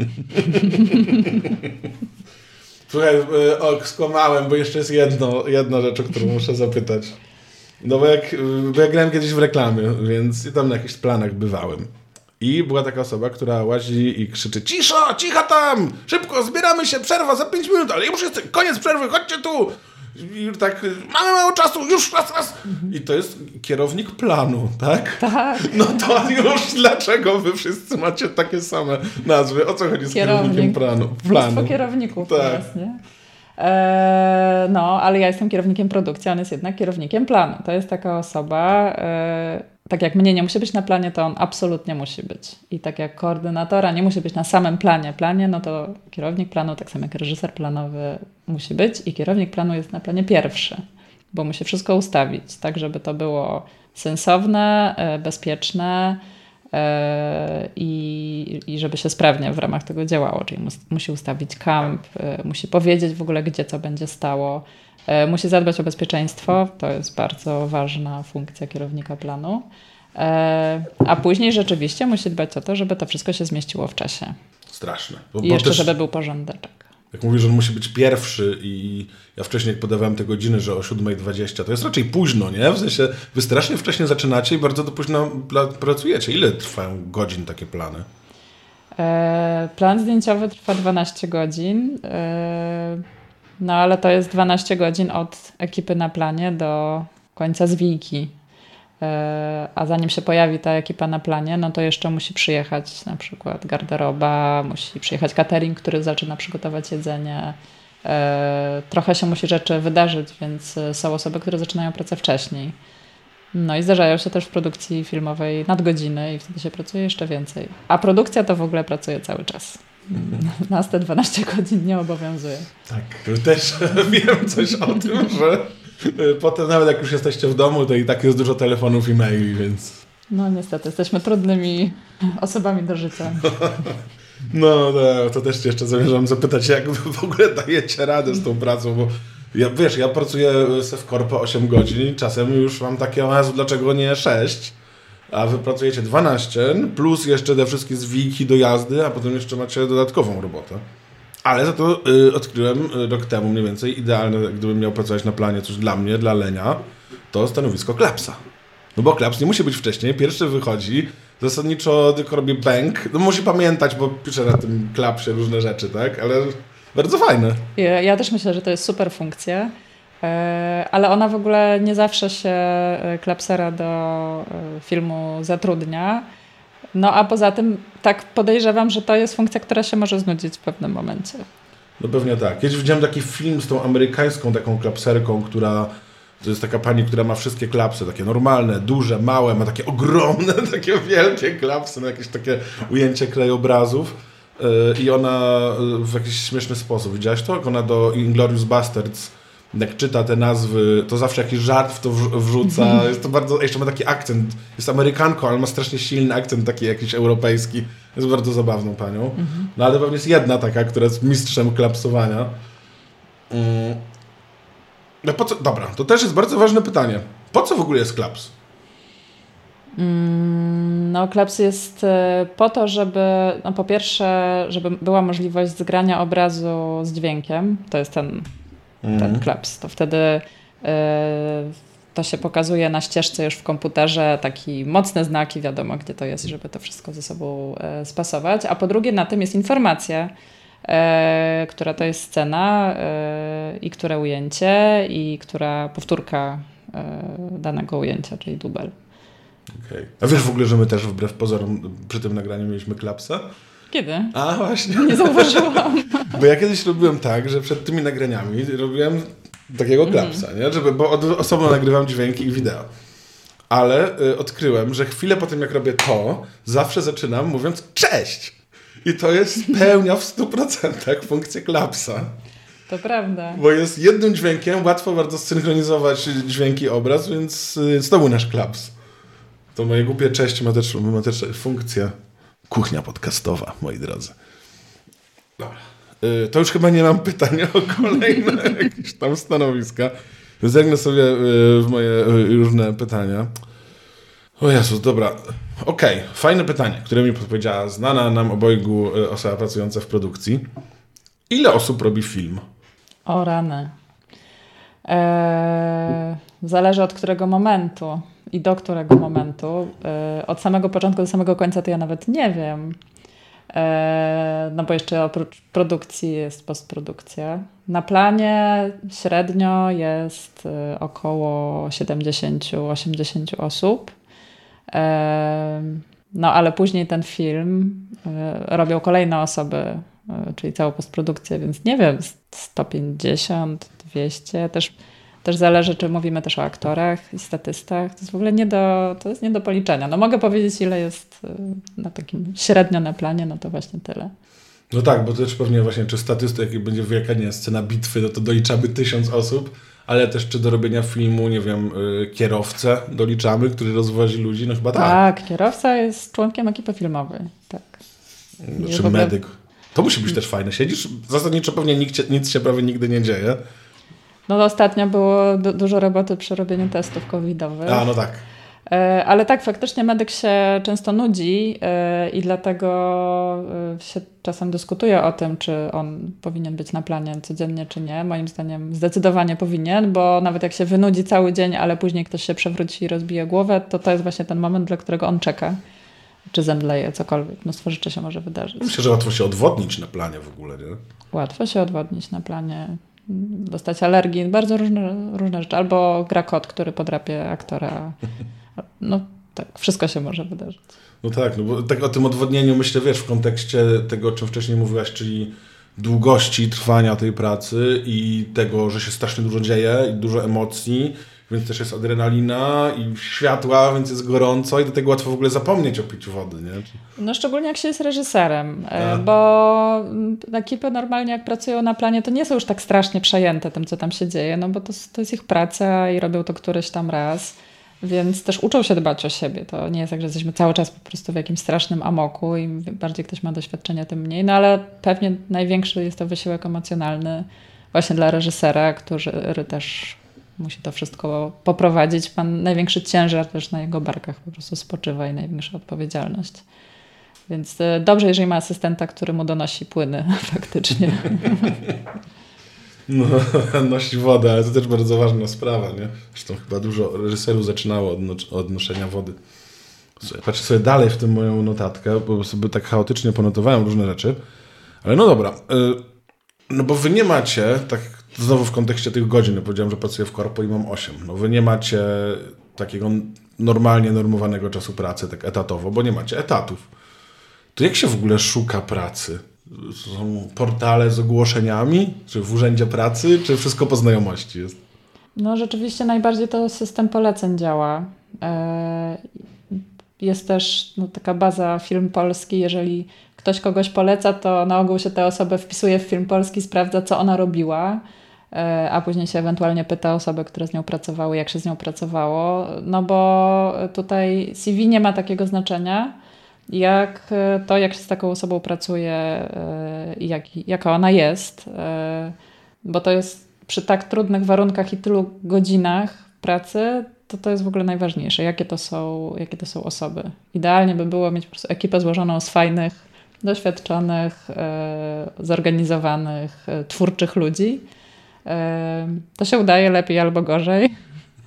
Słuchaj, skłamałem, bo jeszcze jest jedna rzecz, o którą muszę zapytać. No bo ja grałem kiedyś w reklamie, więc tam na jakichś planach bywałem. I była taka osoba, która łazi i krzyczy: ciszo, cicho tam, szybko, zbieramy się, przerwa za 5 minut, ale już jest koniec przerwy, chodźcie tu. I tak, mamy mało czasu, już raz. I to jest kierownik planu, tak? Tak. No to już dlaczego wy wszyscy macie takie same nazwy? O co chodzi z kierownikiem planu? Mnóstwo kierowników teraz, nie? No, ale ja jestem kierownikiem produkcji, on jest jednak kierownikiem planu. To jest taka osoba, tak jak mnie nie musi być na planie, to on absolutnie musi być. I tak jak koordynatora nie musi być na samym planie, no to kierownik planu, tak samo jak reżyser planowy musi być i kierownik planu jest na planie pierwszy, bo musi wszystko ustawić, tak żeby to było sensowne, bezpieczne, i żeby się sprawnie w ramach tego działało. Czyli musi ustawić kamp, musi powiedzieć w ogóle, gdzie co będzie stało, musi zadbać o bezpieczeństwo. To jest bardzo ważna funkcja kierownika planu. A później rzeczywiście musi dbać o to, żeby to wszystko się zmieściło w czasie. Straszne. I jeszcze, też, żeby był porządeczek. Jak mówisz, że on musi być pierwszy i ja wcześniej jak podawałem te godziny, że o 7:20, to jest raczej późno, nie? W sensie wy strasznie wcześnie zaczynacie i bardzo do późna pracujecie. Ile trwają godzin takie plany? Plan zdjęciowy trwa 12 godzin, no ale to jest 12 godzin od ekipy na planie do końca zwijki. A zanim się pojawi ta ekipa na planie, no to jeszcze musi przyjechać na przykład garderoba, musi przyjechać catering, który zaczyna przygotować jedzenie. Trochę się musi rzeczy wydarzyć, więc są osoby, które zaczynają pracę wcześniej. No i zdarzają się też w produkcji filmowej nadgodziny i wtedy się pracuje jeszcze więcej. A produkcja to w ogóle pracuje cały czas. Nas te 12 godzin nie obowiązuje. Tak, też wiem coś o tym, że potem nawet jak już jesteście w domu, to i tak jest dużo telefonów i maili, więc... No niestety, jesteśmy trudnymi osobami do życia. No, to też jeszcze zamierzam zapytać, jak wy w ogóle dajecie radę z tą pracą, bo ja pracuję w korpo 8 godzin i czasem już mam takie, dlaczego nie 6, a wy pracujecie 12, plus jeszcze te wszystkie zwijki, dojazdy, a potem jeszcze macie dodatkową robotę. Ale za to odkryłem rok temu mniej więcej idealne, gdybym miał pracować na planie coś dla mnie, dla Lenia, to stanowisko klapsa. No bo klaps nie musi być wcześniej, pierwszy wychodzi, zasadniczo tylko robi bęk, no musi pamiętać, bo pisze na tym klapsie różne rzeczy, tak? Ale bardzo fajne. Ja też myślę, że to jest super funkcja, ale ona w ogóle nie zawsze się klapsera do filmu zatrudnia. No a poza tym tak podejrzewam, że to jest funkcja, która się może znudzić w pewnym momencie. No pewnie tak. Kiedyś widziałem taki film z tą amerykańską taką klapserką, to jest taka pani, która ma wszystkie klapsy, takie normalne, duże, małe, ma takie ogromne, takie wielkie klapsy, na jakieś takie ujęcie krajobrazów i ona w jakiś śmieszny sposób, widziałaś to? Jak ona do Inglourious Basterds, jak czyta te nazwy, to zawsze jakiś żart w to wrzuca. Jest to bardzo, jeszcze ma taki akcent. Jest Amerykanką, ale ma strasznie silny akcent taki jakiś europejski. Jest bardzo zabawną panią. No ale pewnie jest jedna taka, która jest mistrzem klapsowania. No po co? Dobra, to też jest bardzo ważne pytanie. Po co w ogóle jest klaps? No klaps jest po to, żeby po pierwsze, żeby była możliwość zgrania obrazu z dźwiękiem. To jest ten klaps. To wtedy to się pokazuje na ścieżce już w komputerze, taki mocne znaki, wiadomo gdzie to jest, żeby to wszystko ze sobą spasować. A po drugie na tym jest informacja, która to jest scena i które ujęcie i która powtórka danego ujęcia, czyli dubel. Okay. A wiesz w ogóle, że my też wbrew pozorom przy tym nagraniu mieliśmy klapsa? Kiedy? A właśnie. Nie zauważyłam. Bo ja kiedyś robiłem tak, że przed tymi nagraniami robiłem takiego klapsa, nie? Bo osobno nagrywam dźwięki i wideo. Ale odkryłem, że chwilę po tym jak robię to, zawsze zaczynam mówiąc cześć! I to jest spełnia w 100% funkcję klapsa. To prawda. Bo jest jednym dźwiękiem, łatwo bardzo zsynchronizować dźwięk i obraz, więc to był nasz klaps. To moje głupie cześć ma też funkcję. Kuchnia podcastowa, moi drodzy. Dobra. To już chyba nie mam pytań o kolejne jakieś tam stanowiska. Zerknę sobie w moje różne pytania. O Jezu, dobra. Okej, fajne pytanie, które mi podpowiedziała znana nam obojgu osoba pracująca w produkcji. Ile osób robi film? O rany. Zależy od którego momentu i do którego momentu. Od samego początku do samego końca to ja nawet nie wiem. No bo jeszcze oprócz produkcji jest postprodukcja. Na planie średnio jest około 70-80 osób. No ale później ten film robią kolejne osoby, czyli całą postprodukcję, więc nie wiem, 150, 200. Też zależy, czy mówimy też o aktorach i statystach. To jest w ogóle nie do policzenia. No mogę powiedzieć, ile jest na takim średnio na planie, no to właśnie tyle. No tak, bo też pewnie właśnie, czy statystyk, jak będzie jaka scena bitwy, no to doliczamy 1000 osób, ale też czy do robienia filmu, nie wiem, kierowcę doliczamy, który rozwozi ludzi, no chyba tak. Tak, kierowca jest członkiem ekipy filmowej, tak. Czy medyk. To musi być też fajne. Siedzisz, zasadniczo pewnie nic się prawie nigdy nie dzieje. No ostatnio było dużo roboty przy robieniu testów covidowych. A, no tak. Ale tak, faktycznie medyk się często nudzi i dlatego się czasem dyskutuje o tym, czy on powinien być na planie codziennie, czy nie. Moim zdaniem zdecydowanie powinien, bo nawet jak się wynudzi cały dzień, ale później ktoś się przewróci i rozbije głowę, to jest właśnie ten moment, dla którego on czeka. Czy zemdleje, cokolwiek. Mnóstwo rzeczy się może wydarzyć. Myślę, że łatwo się odwodnić na planie w ogóle, nie? Łatwo się odwodnić na planie. Dostać alergii, bardzo różne rzeczy. Albo gra kot, który podrapie aktora. No tak, wszystko się może wydarzyć. No tak, no bo tak o tym odwodnieniu myślę, wiesz, w kontekście tego, o czym wcześniej mówiłaś, czyli długości trwania tej pracy i tego, że się strasznie dużo dzieje i dużo emocji, więc też jest adrenalina i światła, więc jest gorąco i do tego łatwo w ogóle zapomnieć o piciu wody, nie? No szczególnie jak się jest reżyserem, bo ekipy normalnie jak pracują na planie, to nie są już tak strasznie przejęte tym, co tam się dzieje, no bo to jest ich praca i robią to któryś tam raz, więc też uczą się dbać o siebie. To nie jest tak, że jesteśmy cały czas po prostu w jakimś strasznym amoku i im bardziej ktoś ma doświadczenia, tym mniej, no ale pewnie największy jest to wysiłek emocjonalny właśnie dla reżysera, który też musi to wszystko poprowadzić. Największy ciężar też na jego barkach po prostu spoczywa i największa odpowiedzialność. Więc dobrze, jeżeli ma asystenta, który mu donosi płyny faktycznie. No, nosi wodę, ale to też bardzo ważna sprawa, nie? Zresztą chyba dużo reżyserów zaczynało od noszenia wody. Patrzę sobie dalej w tym moją notatkę, bo sobie tak chaotycznie ponotowałem różne rzeczy. Ale no dobra. No bo wy nie macie, tak znowu w kontekście tych godzin, powiedziałem, że pracuję w korpo i mam 8. No wy nie macie takiego normalnie normowanego czasu pracy, tak etatowo, bo nie macie etatów. To jak się w ogóle szuka pracy? Są portale z ogłoszeniami? Czy w urzędzie pracy? Czy wszystko po znajomości jest? No rzeczywiście najbardziej to system poleceń działa. Jest też taka baza Film Polski. Jeżeli ktoś kogoś poleca, to na ogół się tę osobę wpisuje w Film Polski, sprawdza, co ona robiła, a później się ewentualnie pyta osoby, które z nią pracowały, jak się z nią pracowało. No bo tutaj CV nie ma takiego znaczenia, jak to, jak się z taką osobą pracuje i jaka ona jest. Bo to jest przy tak trudnych warunkach i tylu godzinach pracy, to jest w ogóle najważniejsze. Jakie to są osoby. Idealnie by było mieć po prostu ekipę złożoną z fajnych, doświadczonych, zorganizowanych, twórczych ludzi. To się udaje lepiej albo gorzej.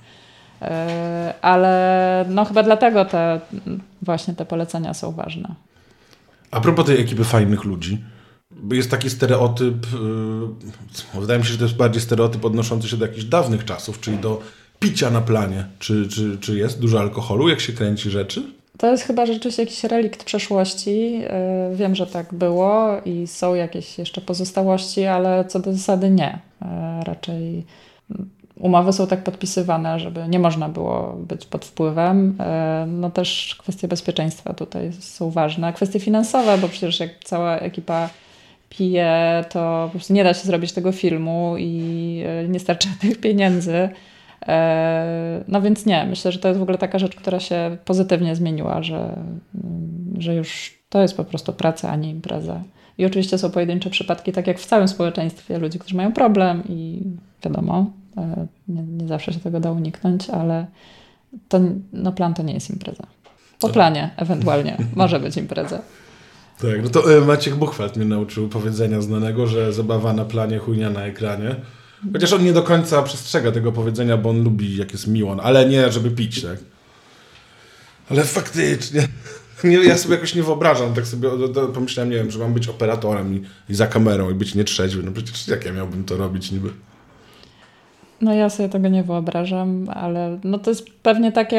Ale no chyba dlatego właśnie te polecenia są ważne. A propos tej ekipy fajnych ludzi, jest taki stereotyp, wydaje mi się, że to jest bardziej stereotyp odnoszący się do jakichś dawnych czasów, czyli do picia na planie. Czy jest dużo alkoholu, jak się kręci rzeczy? To jest chyba rzeczywiście jakiś relikt przeszłości. Wiem, że tak było i są jakieś jeszcze pozostałości, ale co do zasady nie. Raczej umowy są tak podpisywane, żeby nie można było być pod wpływem. No też kwestie bezpieczeństwa tutaj są ważne. Kwestie finansowe, bo przecież jak cała ekipa pije, to po prostu nie da się zrobić tego filmu i nie starcza tych pieniędzy. No więc nie, myślę, że to jest w ogóle taka rzecz, która się pozytywnie zmieniła, że już to jest po prostu praca, a nie impreza. I oczywiście są pojedyncze przypadki, tak jak w całym społeczeństwie, ludzi, którzy mają problem i wiadomo, nie zawsze się tego da uniknąć, ale plan to nie jest impreza. Po planie ewentualnie może być impreza. Tak, no to Maciek Buchwald mnie nauczył powiedzenia znanego, że zabawa na planie, chujnia na ekranie. Chociaż on nie do końca przestrzega tego powiedzenia, bo on lubi, jak jest miło, ale nie, żeby pić, tak? Ale faktycznie... Ja sobie jakoś nie wyobrażam, tak sobie pomyślałem, nie wiem, że mam być operatorem i za kamerą i być nietrzeźwy. No przecież jak ja miałbym to robić niby? No ja sobie tego nie wyobrażam, ale no to jest pewnie tak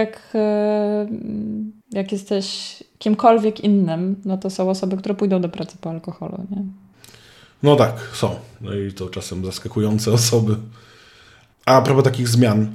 jak jesteś kimkolwiek innym, no to są osoby, które pójdą do pracy po alkoholu, nie? No tak, są. No i to czasem zaskakujące osoby. A propos takich zmian,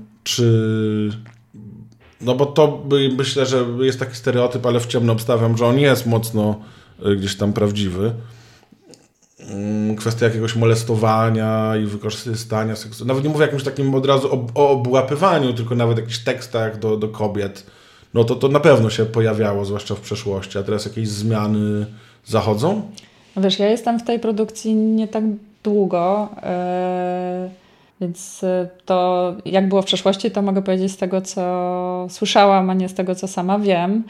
no bo to myślę, że jest taki stereotyp, ale w ciemno obstawiam, że on jest mocno gdzieś tam prawdziwy. Kwestia jakiegoś molestowania i wykorzystania seksu. Nawet nie mówię jakimś takim od razu o obłapywaniu, tylko nawet jakichś tekstach do kobiet. No to na pewno się pojawiało, zwłaszcza w przeszłości. A teraz jakieś zmiany zachodzą? No wiesz, ja jestem w tej produkcji nie tak długo, więc to jak było w przeszłości, to mogę powiedzieć z tego, co słyszałam, a nie z tego, co sama wiem.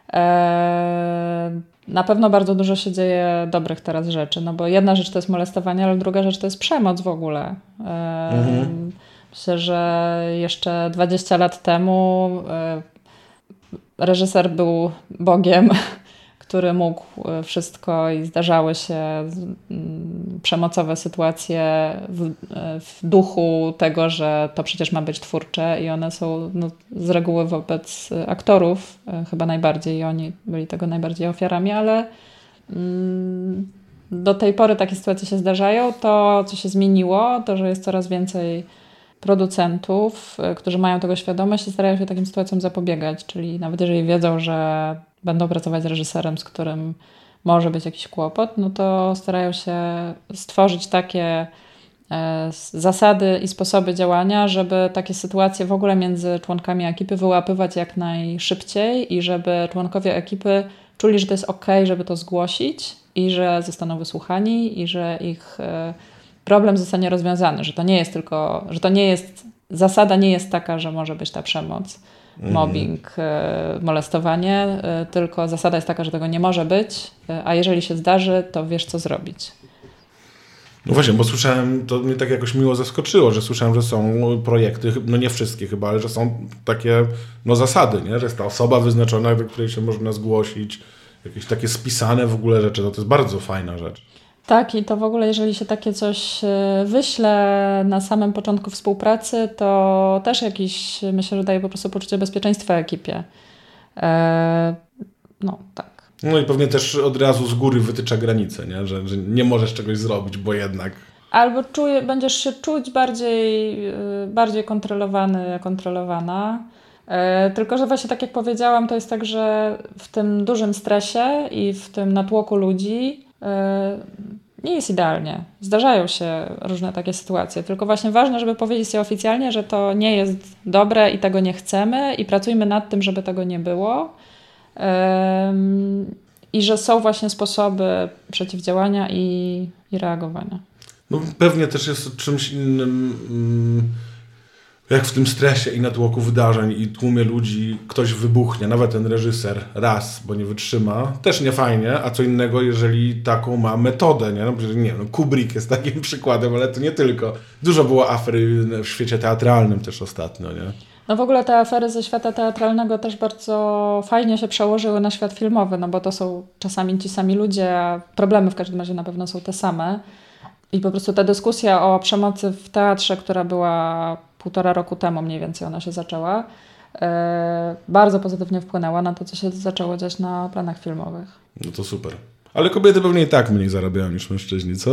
Na pewno bardzo dużo się dzieje dobrych teraz rzeczy, no bo jedna rzecz to jest molestowanie, ale druga rzecz to jest przemoc w ogóle. Myślę, że jeszcze 20 lat temu reżyser był Bogiem, który mógł wszystko i zdarzały się przemocowe sytuacje w duchu tego, że to przecież ma być twórcze i one są z reguły wobec aktorów chyba najbardziej i oni byli tego najbardziej ofiarami, ale do tej pory takie sytuacje się zdarzają. To, co się zmieniło, to, że jest coraz więcej producentów, którzy mają tego świadomość i starają się takim sytuacjom zapobiegać, czyli nawet jeżeli wiedzą, że będą pracować z reżyserem, z którym może być jakiś kłopot, no to starają się stworzyć takie zasady i sposoby działania, żeby takie sytuacje w ogóle między członkami ekipy wyłapywać jak najszybciej i żeby członkowie ekipy czuli, że to jest okej, żeby to zgłosić i że zostaną wysłuchani i że ich problem zostanie rozwiązany, że to nie jest tylko, że to nie jest, zasada nie jest taka, że może być ta przemoc, mobbing, molestowanie, tylko zasada jest taka, że tego nie może być, a jeżeli się zdarzy, to wiesz, co zrobić. No właśnie, bo słyszałem, to mnie tak jakoś miło zaskoczyło, że słyszałem, że są projekty, no nie wszystkie chyba, ale że są takie zasady, nie? Że jest ta osoba wyznaczona, do której się można zgłosić, jakieś takie spisane w ogóle rzeczy, no to jest bardzo fajna rzecz. Tak, i to w ogóle, jeżeli się takie coś wyśle na samym początku współpracy, to też jakiś, myślę, że daje po prostu poczucie bezpieczeństwa ekipie. No, tak. No i pewnie też od razu z góry wytycza granice, nie? Że nie możesz czegoś zrobić, bo jednak... Albo będziesz się czuć bardziej kontrolowana. Tylko, że właśnie tak jak powiedziałam, to jest tak, że w tym dużym stresie i w tym natłoku ludzi nie jest idealnie. Zdarzają się różne takie sytuacje, tylko właśnie ważne, żeby powiedzieć sobie oficjalnie, że to nie jest dobre i tego nie chcemy i pracujmy nad tym, żeby tego nie było. I że są właśnie sposoby przeciwdziałania i reagowania. No pewnie też jest czymś innym, jak w tym stresie i natłoku wydarzeń i tłumie ludzi ktoś wybuchnie, nawet ten reżyser raz, bo nie wytrzyma, też nie fajnie, a co innego, jeżeli taką ma metodę, nie? No, Kubrick jest takim przykładem, ale to nie tylko. Dużo było afer w świecie teatralnym też ostatnio, nie? No w ogóle te afery ze świata teatralnego też bardzo fajnie się przełożyły na świat filmowy, no bo to są czasami ci sami ludzie, a problemy w każdym razie na pewno są te same. I po prostu ta dyskusja o przemocy w teatrze, która była 1,5 roku temu mniej więcej ona się zaczęła, bardzo pozytywnie wpłynęła na to, co się zaczęło dziać na planach filmowych. No to super. Ale kobiety pewnie i tak mniej zarabiają niż mężczyźni, co?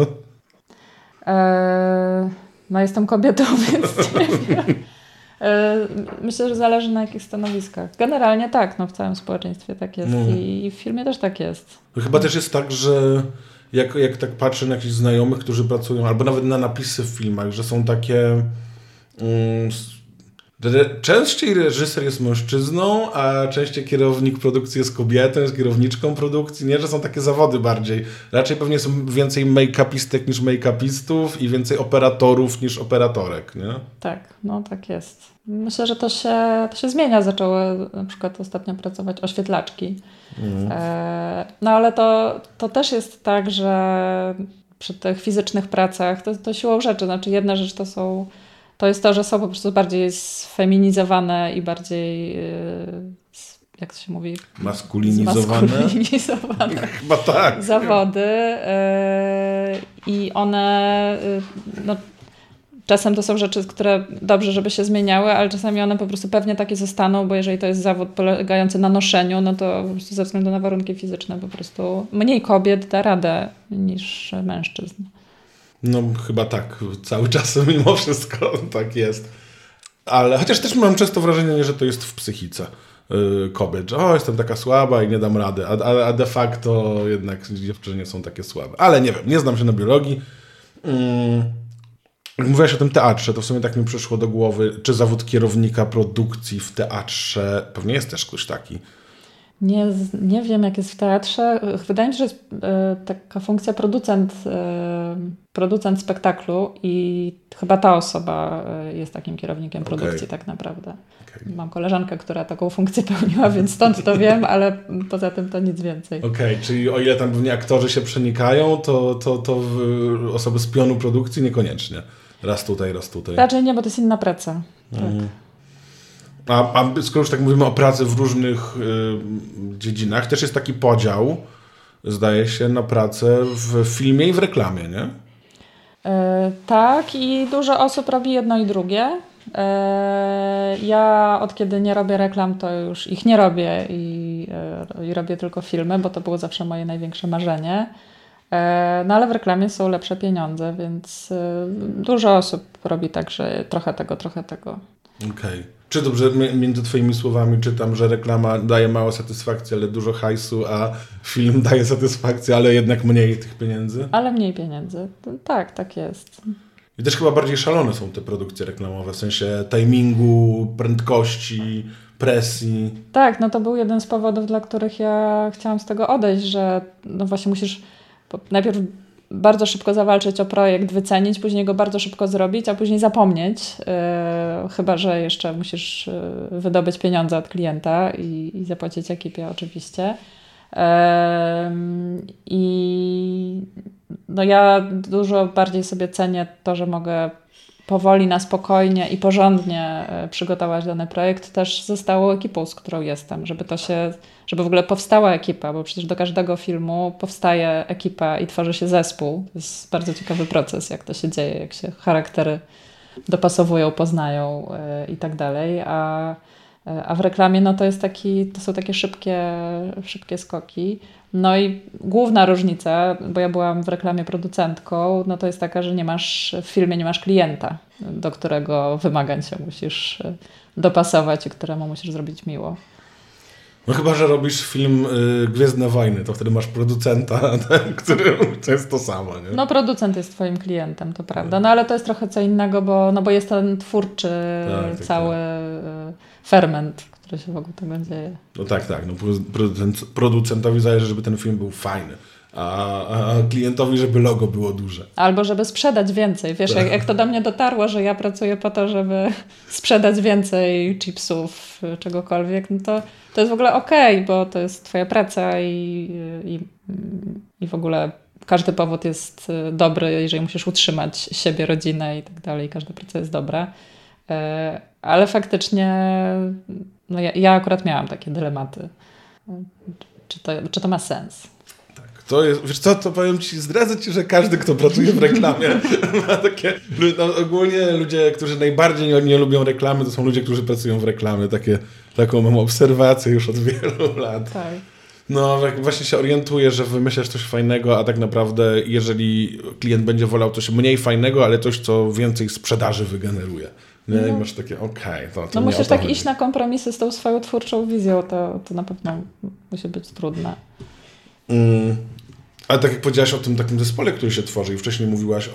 No jestem kobietą, więc nie wiem. Myślę, że zależy na jakich stanowiskach. Generalnie tak, no w całym społeczeństwie tak jest i w filmie też tak jest. Chyba też jest tak, że jak tak patrzę na jakichś znajomych, którzy pracują, albo nawet na napisy w filmach, że są takie... Częściej reżyser jest mężczyzną, a częściej kierownik produkcji jest kobietą, jest kierowniczką produkcji. Nie, że są takie zawody bardziej. Raczej pewnie są więcej make-upistek niż make-upistów i więcej operatorów niż operatorek, nie? Tak, no tak jest. Myślę, że to się zmienia. Zaczęły na przykład ostatnio pracować oświetlaczki. No ale to też jest tak, że przy tych fizycznych pracach, to siłą rzeczy. Znaczy jedna rzecz to jest to, że są po prostu bardziej sfeminizowane i bardziej, jak to się mówi? Maskulinizowane? Chyba tak. Zawody. I one... No, czasem to są rzeczy, które dobrze, żeby się zmieniały, ale czasami one po prostu pewnie takie zostaną, bo jeżeli to jest zawód polegający na noszeniu, no to po prostu ze względu na warunki fizyczne po prostu mniej kobiet da radę niż mężczyzn. No chyba tak, cały czas mimo wszystko tak jest. Ale chociaż też mam często wrażenie, że to jest w psychice kobiet, że jestem taka słaba i nie dam rady, a de facto jednak dziewczyny są takie słabe. Ale nie wiem, nie znam się na biologii. Jak mówiłaś o tym teatrze, to w sumie tak mi przyszło do głowy, czy zawód kierownika produkcji w teatrze, pewnie jest też ktoś taki. Nie wiem, jak jest w teatrze. Wydaje mi się, że jest taka funkcja producent spektaklu i chyba ta osoba jest takim kierownikiem produkcji tak naprawdę. Okay. Mam koleżankę, która taką funkcję pełniła, więc stąd to wiem, ale poza tym to nic więcej. Okej, czyli o ile tam pewnie aktorzy się przenikają, to osoby z pionu produkcji niekoniecznie. Raz tutaj. Raczej nie, bo to jest inna praca. Tak. A skoro już tak mówimy o pracy w różnych dziedzinach, też jest taki podział, zdaje się, na pracę w filmie i w reklamie, nie? Tak, i dużo osób robi jedno i drugie. Ja od kiedy nie robię reklam, to już ich nie robię i robię tylko filmy, bo to było zawsze moje największe marzenie. No ale w reklamie są lepsze pieniądze, więc dużo osób robi tak, że trochę tego. Okej. Czy dobrze między twoimi słowami czytam, że reklama daje mało satysfakcji, ale dużo hajsu, a film daje satysfakcję, ale jednak mniej tych pieniędzy? Ale mniej pieniędzy. Tak jest. I też chyba bardziej szalone są te produkcje reklamowe, w sensie timingu, prędkości, presji. Tak, no to był jeden z powodów, dla których ja chciałam z tego odejść, że no właśnie musisz najpierw bardzo szybko zawalczyć o projekt, wycenić, później go bardzo szybko zrobić, a później zapomnieć, chyba że jeszcze musisz wydobyć pieniądze od klienta i zapłacić ekipie oczywiście. I no ja dużo bardziej sobie cenię to, że mogę powoli, na spokojnie i porządnie przygotować dany projekt. Też zostało ekipą, z którą jestem, żeby w ogóle powstała ekipa, bo przecież do każdego filmu powstaje ekipa i tworzy się zespół. To jest bardzo ciekawy proces, jak to się dzieje, jak się charaktery dopasowują, poznają i tak dalej. A w reklamie no to są takie szybkie skoki. No i główna różnica, bo ja byłam w reklamie producentką, no to jest taka, że w filmie nie masz klienta, do którego wymagań się musisz dopasować i któremu musisz zrobić miło. No chyba, że robisz film Gwiezdne Wojny, to wtedy masz producenta, który to jest to samo, nie? No producent jest twoim klientem, to prawda. No ale to jest trochę co innego, bo jest ten twórczy cały ferment, który się wokół tego dzieje. No tak. No, producentowi zależy, żeby ten film był fajny, a klientowi, żeby logo było duże. Albo żeby sprzedać więcej. Wiesz, jak to do mnie dotarło, że ja pracuję po to, żeby sprzedać więcej chipsów, czegokolwiek, no to jest w ogóle okej, bo to jest twoja praca i w ogóle każdy powód jest dobry, jeżeli musisz utrzymać siebie, rodzinę i tak dalej. Każda praca jest dobra. Ale faktycznie no ja akurat miałam takie dylematy. Czy to ma sens? To jest, wiesz co, to powiem ci, zdradzę ci, że każdy, kto pracuje w reklamie ma takie, no, ogólnie ludzie, którzy najbardziej nie lubią reklamy, to są ludzie, którzy pracują w reklamie. Taką mam obserwację już od wielu lat. Tak. No właśnie się orientuję, że wymyślasz coś fajnego, a tak naprawdę jeżeli klient będzie wolał coś mniej fajnego, ale coś, co więcej sprzedaży wygeneruje. No. I masz takie, to musisz tak iść na kompromisy z tą swoją twórczą wizją, to na pewno musi być trudne. Ale tak jak powiedziałaś o tym takim zespole, który się tworzy i wcześniej mówiłaś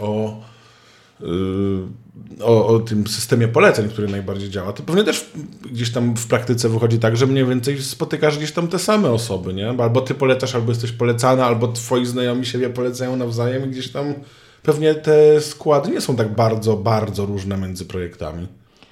o tym systemie poleceń, który najbardziej działa, to pewnie też gdzieś tam w praktyce wychodzi tak, że mniej więcej spotykasz gdzieś tam te same osoby, nie? Albo ty polecasz, albo jesteś polecana, albo twoi znajomi siebie polecają nawzajem i gdzieś tam pewnie te składy nie są tak bardzo, bardzo różne między projektami.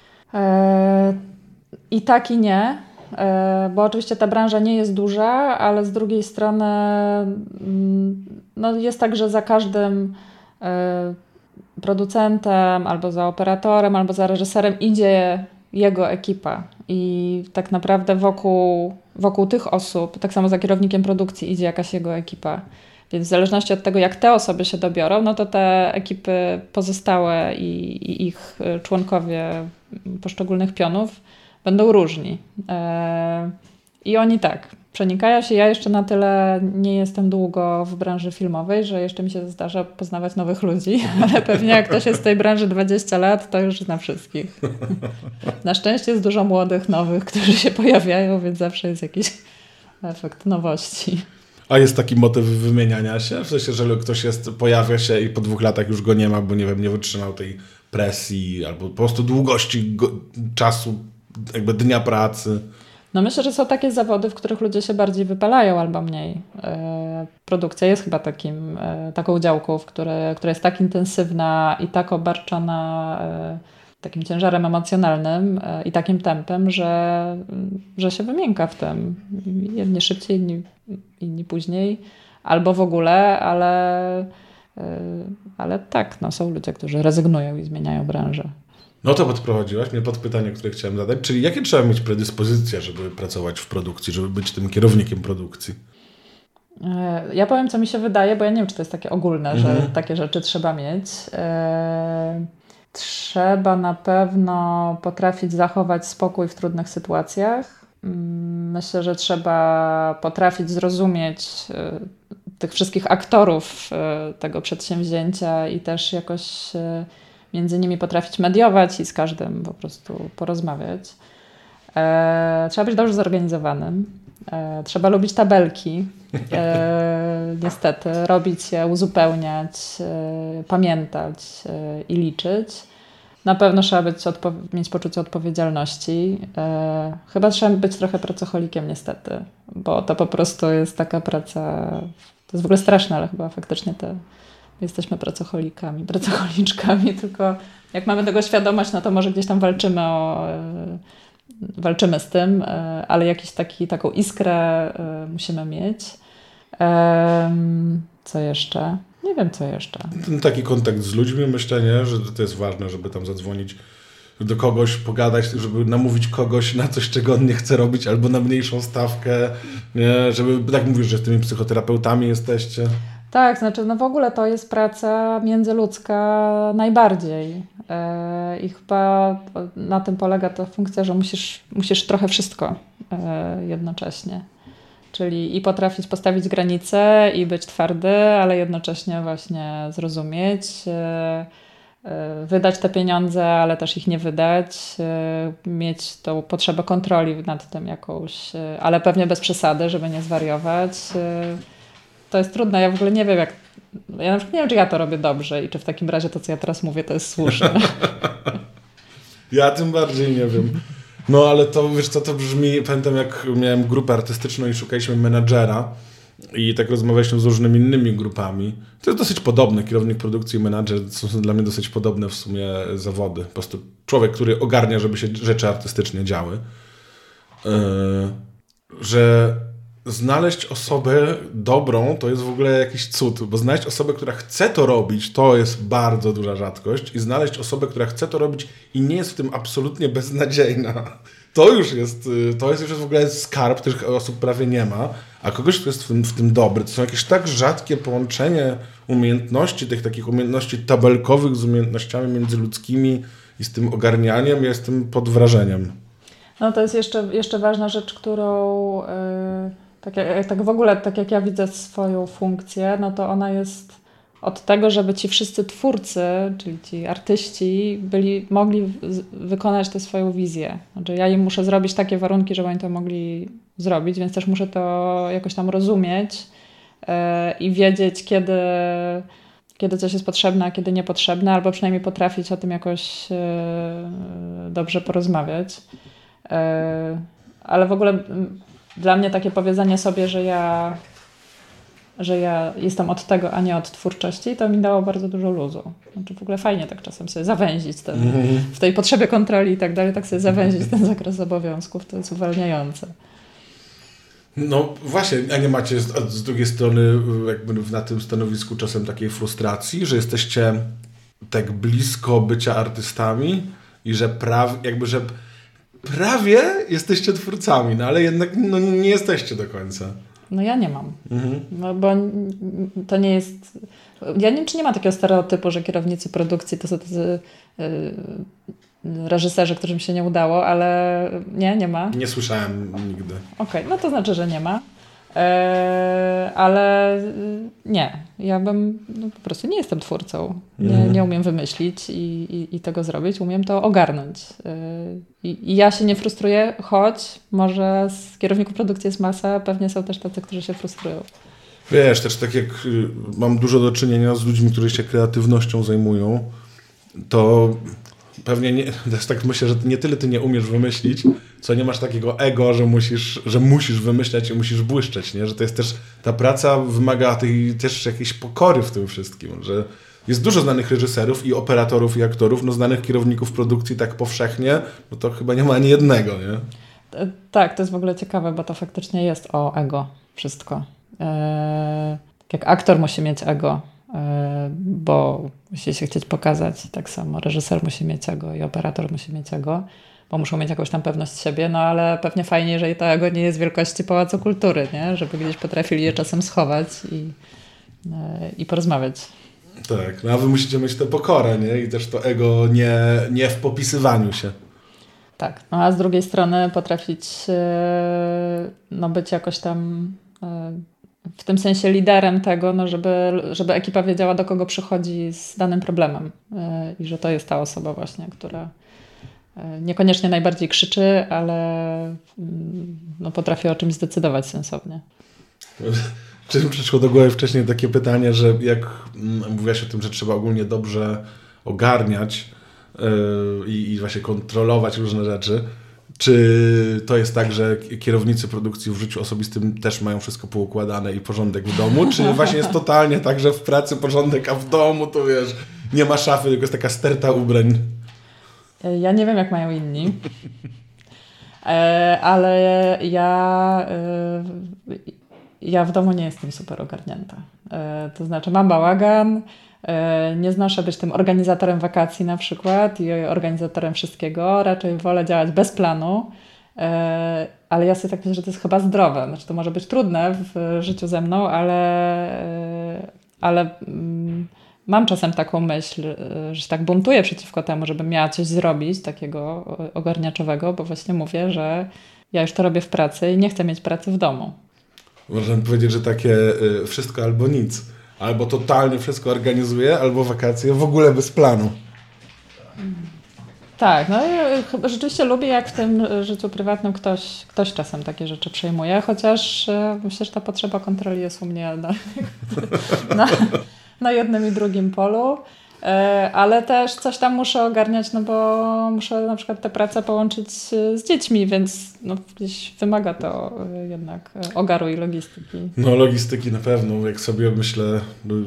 I tak i nie. Bo oczywiście ta branża nie jest duża, ale z drugiej strony no jest tak, że za każdym producentem, albo za operatorem, albo za reżyserem idzie jego ekipa i tak naprawdę wokół tych osób, tak samo za kierownikiem produkcji idzie jakaś jego ekipa. Więc w zależności od tego, jak te osoby się dobiorą, no to te ekipy pozostałe i ich członkowie poszczególnych pionów będą różni. I oni tak, przenikają się. Ja jeszcze na tyle nie jestem długo w branży filmowej, że jeszcze mi się zdarza poznawać nowych ludzi, ale pewnie jak ktoś jest w tej branży 20 lat, to już zna wszystkich. Na szczęście jest dużo młodych, nowych, którzy się pojawiają, więc zawsze jest jakiś efekt nowości. A jest taki motyw wymieniania się? W sensie, że ktoś pojawia się i po 2 latach już go nie ma, bo nie wiem, nie wytrzymał tej presji albo po prostu długości czasu, jakby dnia pracy. No myślę, że są takie zawody, w których ludzie się bardziej wypalają albo mniej. Produkcja jest chyba taką działką, która jest tak intensywna i tak obarczona takim ciężarem emocjonalnym i takim tempem, że się wymięka w tym. Jedni szybciej, inni później, albo w ogóle, ale tak, no, są ludzie, którzy rezygnują i zmieniają branżę. No to podprowadziłaś mnie pod pytanie, które chciałem zadać. Czyli jakie trzeba mieć predyspozycje, żeby pracować w produkcji, żeby być tym kierownikiem produkcji? Ja powiem, co mi się wydaje, bo ja nie wiem, czy to jest takie ogólne, że takie rzeczy trzeba mieć. Trzeba na pewno potrafić zachować spokój w trudnych sytuacjach. Myślę, że trzeba potrafić zrozumieć tych wszystkich aktorów tego przedsięwzięcia i też jakoś między nimi potrafić mediować i z każdym po prostu porozmawiać. Trzeba być dobrze zorganizowanym. Trzeba lubić tabelki. Niestety, robić je, uzupełniać, pamiętać i liczyć. Na pewno trzeba mieć poczucie odpowiedzialności. Chyba trzeba być trochę pracocholikiem niestety, bo to po prostu jest taka praca, to jest w ogóle straszne, ale chyba faktycznie jesteśmy pracocholiczkami, tylko jak mamy tego świadomość, no to może gdzieś tam walczymy z tym, ale taką iskrę musimy mieć. Co jeszcze? Nie wiem, co jeszcze. Taki kontakt z ludźmi, myślę, nie? Że to jest ważne, żeby tam zadzwonić do kogoś, pogadać, żeby namówić kogoś na coś, czego on nie chce robić, albo na mniejszą stawkę, nie? Żeby, tak mówisz, że z tymi psychoterapeutami jesteście. Tak, znaczy no w ogóle to jest praca międzyludzka najbardziej. I chyba na tym polega ta funkcja, że musisz trochę wszystko jednocześnie. Czyli i potrafić postawić granice i być twardy, ale jednocześnie właśnie zrozumieć, wydać te pieniądze, ale też ich nie wydać, mieć tą potrzebę kontroli nad tym jakąś, ale pewnie bez przesady, żeby nie zwariować. To jest trudne, ja w ogóle nie wiem ja na przykład nie wiem, czy ja to robię dobrze i czy w takim razie to, co ja teraz mówię, to jest słuszne. Ja tym bardziej nie wiem. No ale to, wiesz co, to brzmi, pamiętam jak miałem grupę artystyczną i szukaliśmy menadżera i tak rozmawialiśmy z różnymi innymi grupami. To jest dosyć podobne, kierownik produkcji i menadżer są dla mnie dosyć podobne w sumie zawody. Po prostu człowiek, który ogarnia, żeby się rzeczy artystycznie działy. Że znaleźć osobę dobrą to jest w ogóle jakiś cud, bo znaleźć osobę, która chce to robić, to jest bardzo duża rzadkość i znaleźć osobę, która chce to robić i nie jest w tym absolutnie beznadziejna, to już jest w ogóle skarb, tych osób prawie nie ma, a kogoś, kto jest w tym dobry, to są jakieś tak rzadkie połączenie umiejętności, tych takich umiejętności tabelkowych z umiejętnościami międzyludzkimi i z tym ogarnianiem, ja jestem pod wrażeniem. No to jest jeszcze ważna rzecz, którą tak w ogóle, tak jak ja widzę swoją funkcję, no to ona jest od tego, żeby ci wszyscy twórcy, czyli ci artyści mogli wykonać tę swoją wizję. Znaczy ja im muszę zrobić takie warunki, żeby oni to mogli zrobić, więc też muszę to jakoś tam rozumieć i wiedzieć, kiedy coś jest potrzebne, a kiedy niepotrzebne, albo przynajmniej potrafić o tym jakoś dobrze porozmawiać. Ale w ogóle dla mnie takie powiedzenie sobie, że ja jestem od tego, a nie od twórczości, to mi dało bardzo dużo luzu. Znaczy w ogóle fajnie tak czasem sobie zawęzić w tej potrzebie kontroli i tak dalej, tak sobie zawęzić ten zakres obowiązków, to jest uwalniające. No właśnie, a nie macie z drugiej strony jakby na tym stanowisku czasem takiej frustracji, że jesteście tak blisko bycia artystami i że prawie jesteście twórcami, no ale jednak no, nie jesteście do końca. No ja nie mam. No bo to nie jest... Ja nie wiem, czy nie ma takiego stereotypu, że kierownicy produkcji to są tacy reżyserzy, którym się nie udało, ale nie ma. Nie słyszałem nigdy. Okej, no to znaczy, że nie ma. Ale nie. Ja po prostu nie jestem twórcą. Nie umiem wymyślić i tego zrobić. Umiem to ogarnąć. I ja się nie frustruję, choć może z kierowników produkcji jest masa, pewnie są też tacy, którzy się frustrują. Wiesz, też tak jak mam dużo do czynienia z ludźmi, którzy się kreatywnością zajmują, to pewnie nie, też tak myślę, że nie tyle ty nie umiesz wymyślić, co nie masz takiego ego, że musisz wymyślać i musisz błyszczeć, nie? Że to jest też, ta praca wymaga tej też jakiejś pokory w tym wszystkim, że jest dużo znanych reżyserów i operatorów i aktorów, no znanych kierowników produkcji tak powszechnie, no to chyba nie ma ani jednego, nie? Tak, to jest w ogóle ciekawe, bo to faktycznie jest o ego wszystko. Jak aktor musi mieć ego, bo musi się chcieć pokazać, tak samo reżyser musi mieć ego i operator musi mieć ego, bo muszą mieć jakąś tam pewność siebie, no ale pewnie fajnie, jeżeli to ego nie jest wielkości Pałacu Kultury, nie? Żeby gdzieś potrafili je czasem schować i porozmawiać. Tak, no a wy musicie mieć tę pokorę, nie? I też to ego nie w popisywaniu się. Tak, no a z drugiej strony potrafić być jakoś tam w tym sensie liderem tego, no żeby ekipa wiedziała, do kogo przychodzi z danym problemem i że to jest ta osoba właśnie, która niekoniecznie najbardziej krzyczy, ale potrafi o czymś zdecydować sensownie. Czy mi przyszło do głowy wcześniej takie pytanie, że jak mówiłaś o tym, że trzeba ogólnie dobrze ogarniać i właśnie kontrolować różne rzeczy, czy to jest tak, że kierownicy produkcji w życiu osobistym też mają wszystko poukładane i porządek w domu? Czy właśnie jest totalnie tak, że w pracy porządek, a w domu to wiesz, nie ma szafy, tylko jest taka sterta ubrań? Ja nie wiem, jak mają inni, ale ja w domu nie jestem super ogarnięta. To znaczy mam bałagan, nie znoszę być tym organizatorem wakacji na przykład i organizatorem wszystkiego. Raczej wolę działać bez planu, ale ja sobie tak myślę, że to jest chyba zdrowe. Znaczy to może być trudne w życiu ze mną, ale mam czasem taką myśl, że się tak buntuję przeciwko temu, żebym miała coś zrobić takiego ogarniaczowego, bo właśnie mówię, że ja już to robię w pracy i nie chcę mieć pracy w domu. Można powiedzieć, że takie wszystko albo nic. Albo totalnie wszystko organizuje, albo wakacje w ogóle bez planu. Tak, no ja rzeczywiście lubię, jak w tym życiu prywatnym ktoś czasem takie rzeczy przejmuje, chociaż myślę, że ta potrzeba kontroli jest u mnie na jednym i drugim polu. Ale też coś tam muszę ogarniać, no bo muszę na przykład tę pracę połączyć z dziećmi, więc gdzieś wymaga to jednak ogaru i logistyki. No logistyki na pewno, jak sobie myślę,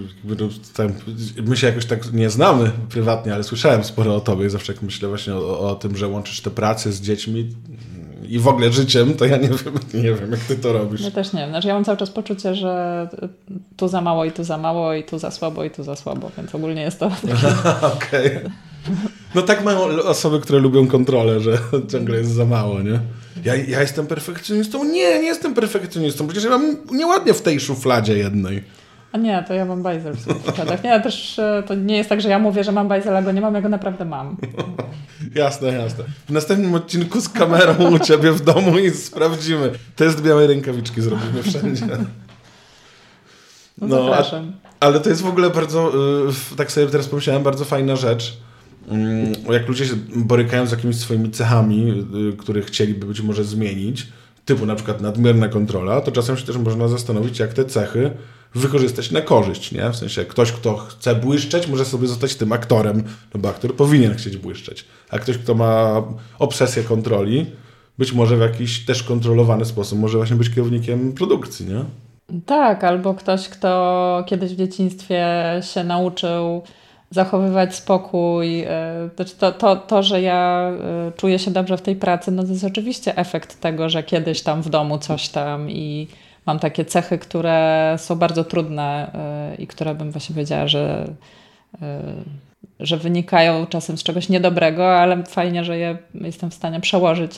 my się jakoś tak nie znamy prywatnie, ale słyszałem sporo o tobie i zawsze jak myślę właśnie o tym, że łączysz tę pracę z dziećmi i w ogóle życiem, to ja nie wiem jak ty to robisz. Ja też nie wiem. Znaczy, ja mam cały czas poczucie, że tu za mało i tu za mało i tu za słabo i tu za słabo, więc ogólnie jest to Okej. No tak mają osoby, które lubią kontrolę, że ciągle jest za mało, nie? Ja jestem perfekcjonistą? Nie jestem perfekcjonistą. Przecież ja mam nieładnie w tej szufladzie jednej. A nie, to ja mam bajzel w swoich szufladach. Nie, też to nie jest tak, że ja mówię, że mam bajzel, a go nie mam, ja go naprawdę mam. Jasne. W następnym odcinku z kamerą u ciebie w domu i sprawdzimy. Test białej rękawiczki zrobimy wszędzie. No zapraszam. Ale to jest w ogóle bardzo, tak sobie teraz pomyślałem, bardzo fajna rzecz. Jak ludzie się borykają z jakimiś swoimi cechami, które chcieliby być może zmienić, typu na przykład nadmierna kontrola, to czasem się też można zastanowić, jak te cechy wykorzystać na korzyść, nie? W sensie ktoś, kto chce błyszczeć, może sobie zostać tym aktorem, no bo aktor powinien chcieć błyszczeć. A ktoś, kto ma obsesję kontroli, być może w jakiś też kontrolowany sposób może właśnie być kierownikiem produkcji, nie? Tak, albo ktoś, kto kiedyś w dzieciństwie się nauczył zachowywać spokój. To, że ja czuję się dobrze w tej pracy, no to jest oczywiście efekt tego, że kiedyś tam w domu coś tam i mam takie cechy, które są bardzo trudne i które bym właśnie powiedziała, że wynikają czasem z czegoś niedobrego, ale fajnie, że je jestem w stanie przełożyć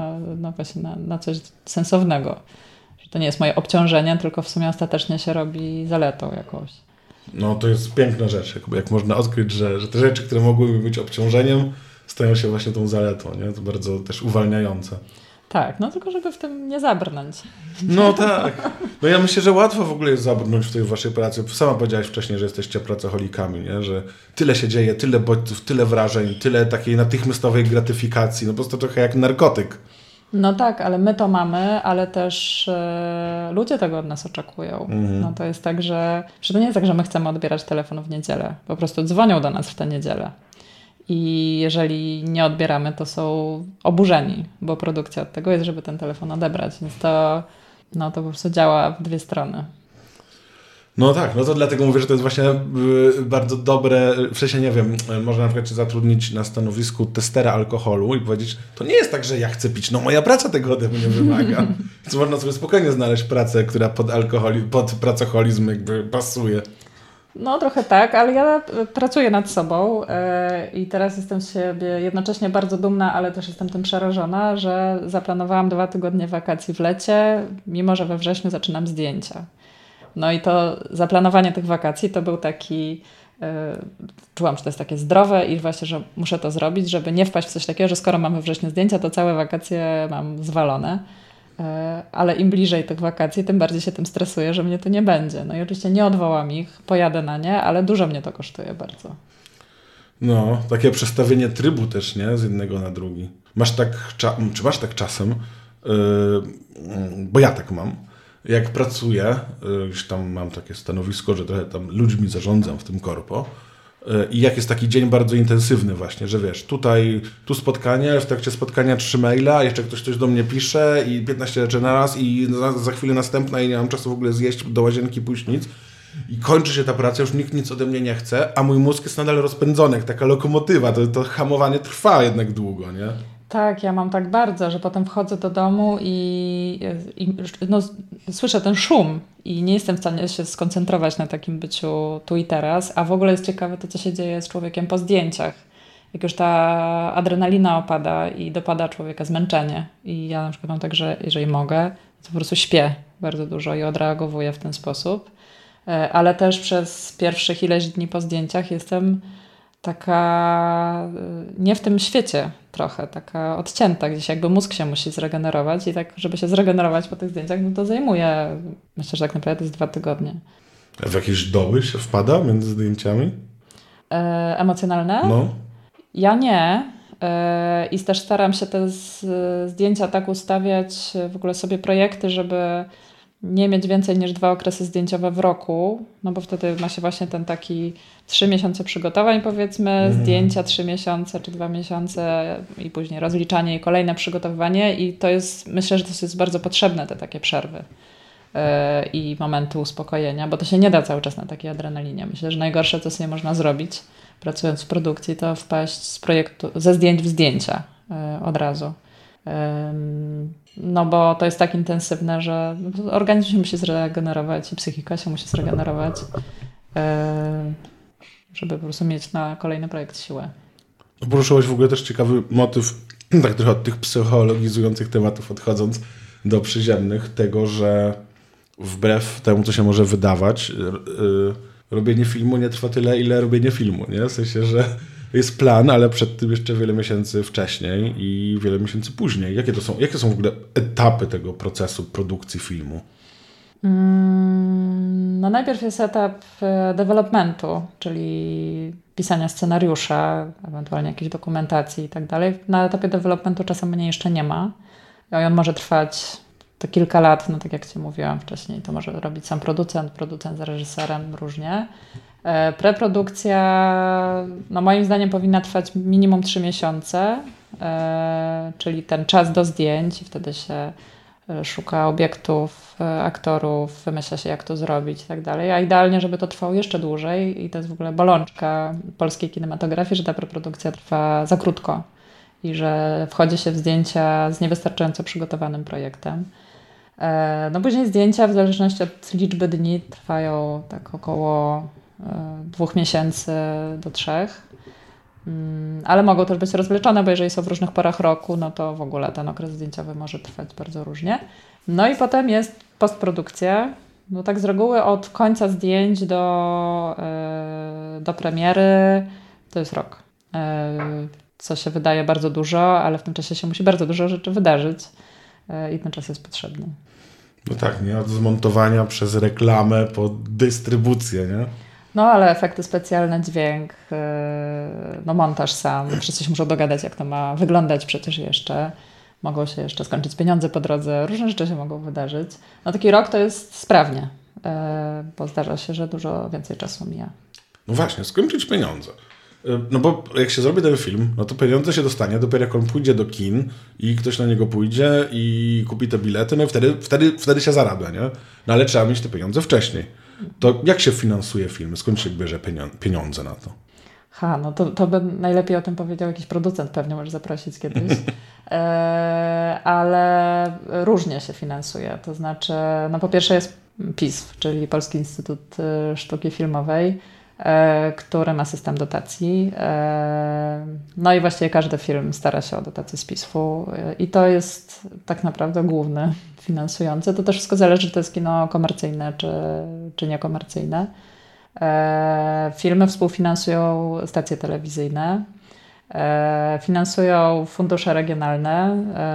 na coś sensownego. Że to nie jest moje obciążenie, tylko w sumie ostatecznie się robi zaletą jakąś. No to jest piękna rzecz, jak można odkryć, że te rzeczy, które mogłyby być obciążeniem, stają się właśnie tą zaletą, nie? To bardzo też uwalniające. Tak, no tylko żeby w tym nie zabrnąć. No tak. No ja myślę, że łatwo w ogóle jest zabrnąć w tej waszej pracy. Sama powiedziałaś wcześniej, że jesteście pracoholikami, nie? Że tyle się dzieje, tyle bodźców, tyle wrażeń, tyle takiej natychmiastowej gratyfikacji. No po prostu trochę jak narkotyk. No tak, ale my to mamy, ale też ludzie tego od nas oczekują. No to jest tak, że to nie jest tak, że my chcemy odbierać telefon w niedzielę. Po prostu dzwonią do nas w tę niedzielę. I jeżeli nie odbieramy, to są oburzeni, bo produkcja od tego jest, żeby ten telefon odebrać. Więc to po prostu działa w dwie strony. No tak, no to dlatego mówię, że to jest właśnie bardzo dobre, w sensie nie wiem, można na przykład się zatrudnić na stanowisku testera alkoholu i powiedzieć, to nie jest tak, że ja chcę pić, no moja praca tego ode mnie wymaga. Więc można sobie spokojnie znaleźć pracę, która pod pracoholizm jakby pasuje. No trochę tak, ale ja pracuję nad sobą i teraz jestem z siebie jednocześnie bardzo dumna, ale też jestem tym przerażona, że zaplanowałam 2 tygodnie wakacji w lecie, mimo że we wrześniu zaczynam zdjęcia. No i to zaplanowanie tych wakacji to był taki, czułam, że to jest takie zdrowe i właśnie, że muszę to zrobić, żeby nie wpaść w coś takiego, że skoro mamy we wrześniu zdjęcia, to całe wakacje mam zwalone. Ale im bliżej tych wakacji, tym bardziej się tym stresuję, że mnie to nie będzie. No i oczywiście nie odwołam ich, pojadę na nie, ale dużo mnie to kosztuje bardzo. No, takie przestawienie trybu też, nie? Z jednego na drugi. Czy masz tak czasem, bo ja tak mam, jak pracuję, gdzieś tam mam takie stanowisko, że trochę tam ludźmi zarządzam w tym korpo i jak jest taki dzień bardzo intensywny właśnie, że wiesz, tu spotkanie, w trakcie spotkania 3 maila, jeszcze ktoś coś do mnie pisze i 15 rzeczy na raz i za chwilę następna i nie mam czasu w ogóle zjeść, do łazienki, pójść nic. I kończy się ta praca, już nikt nic ode mnie nie chce, a mój mózg jest nadal rozpędzony, jak taka lokomotywa. To hamowanie trwa jednak długo, nie? Tak, ja mam tak bardzo, że potem wchodzę do domu i słyszę ten szum i nie jestem w stanie się skoncentrować na takim byciu tu i teraz, a w ogóle jest ciekawe to, co się dzieje z człowiekiem po zdjęciach. Jak już ta adrenalina opada i dopada człowieka zmęczenie. I ja na przykład mam tak, że jeżeli mogę, to po prostu śpię bardzo dużo i odreagowuję w ten sposób. Ale też przez pierwszych ileś dni po zdjęciach jestem taka nie w tym świecie trochę, taka odcięta, gdzieś jakby mózg się musi zregenerować i tak, żeby się zregenerować po tych zdjęciach, no to zajmuje, myślę, że tak naprawdę to jest 2 tygodnie. A w jakieś doły się wpada między zdjęciami? Emocjonalne? No. Ja nie. I też staram się te zdjęcia tak ustawiać, w ogóle sobie projekty, żeby nie mieć więcej niż 2 okresy zdjęciowe w roku, no bo wtedy ma się właśnie ten taki 3 miesiące przygotowań powiedzmy, zdjęcia 3 miesiące czy 2 miesiące i później rozliczanie i kolejne przygotowywanie i to jest, myślę, że to jest bardzo potrzebne te takie przerwy i momenty uspokojenia, bo to się nie da cały czas na takiej adrenalinie. Myślę, że najgorsze, co sobie można zrobić pracując w produkcji, to wpaść ze zdjęć w zdjęcia od razu. No bo to jest tak intensywne, że organizm się musi zregenerować i psychika się musi zregenerować, żeby po prostu mieć na kolejny projekt siłę. Poruszyłaś w ogóle też ciekawy motyw, tak trochę od tych psychologizujących tematów odchodząc do przyziemnych, tego, że wbrew temu, co się może wydawać, robienie filmu nie trwa tyle, ile robienie filmu, nie? W sensie, że jest plan, ale przed tym jeszcze wiele miesięcy wcześniej i wiele miesięcy później. Jakie są w ogóle etapy tego procesu produkcji filmu? No najpierw jest etap developmentu, czyli pisania scenariusza, ewentualnie jakiejś dokumentacji i tak dalej. Na etapie developmentu czasem mnie jeszcze nie ma. I on może trwać to kilka lat, no tak jak Ci mówiłam wcześniej, to może robić sam producent z reżyserem, różnie. Preprodukcja, no moim zdaniem powinna trwać minimum 3 miesiące, czyli ten czas do zdjęć i wtedy się szuka obiektów, aktorów, wymyśla się, jak to zrobić i tak dalej. A idealnie, żeby to trwało jeszcze dłużej i to jest w ogóle bolączka polskiej kinematografii, że ta preprodukcja trwa za krótko i że wchodzi się w zdjęcia z niewystarczająco przygotowanym projektem. No później zdjęcia w zależności od liczby dni trwają tak około 2 miesięcy do 3. Ale mogą też być rozwleczone, bo jeżeli są w różnych porach roku, no to w ogóle ten okres zdjęciowy może trwać bardzo różnie. No i potem jest postprodukcja. No tak z reguły od końca zdjęć do premiery to jest rok. Co się wydaje bardzo dużo, ale w tym czasie się musi bardzo dużo rzeczy wydarzyć i ten czas jest potrzebny. No tak, nie? Od zmontowania przez reklamę po dystrybucję, nie? No ale efekty specjalne, dźwięk, no montaż sam, wszyscy się muszą dogadać, jak to ma wyglądać przecież jeszcze. Mogą się jeszcze skończyć pieniądze po drodze, różne rzeczy się mogą wydarzyć. No taki rok to jest sprawnie, bo zdarza się, że dużo więcej czasu mija. No właśnie, skończyć pieniądze. No bo jak się zrobi ten film, no to pieniądze się dostanie dopiero jak on pójdzie do kin i ktoś na niego pójdzie i kupi te bilety, no i wtedy się zarabia, nie? No ale trzeba mieć te pieniądze wcześniej. To jak się finansuje film? Skąd się bierze pieniądze na to? No to by najlepiej o tym powiedział jakiś producent, pewnie może zaprosić kiedyś. Ale różnie się finansuje. To znaczy, no po pierwsze jest PISF, czyli Polski Instytut Sztuki Filmowej, który ma system dotacji. No i właściwie każdy film stara się o dotację z PISF-u i to jest tak naprawdę główny finansujący. To też wszystko zależy, czy to jest kino komercyjne, czy niekomercyjne. Filmy współfinansują stacje telewizyjne, finansują fundusze regionalne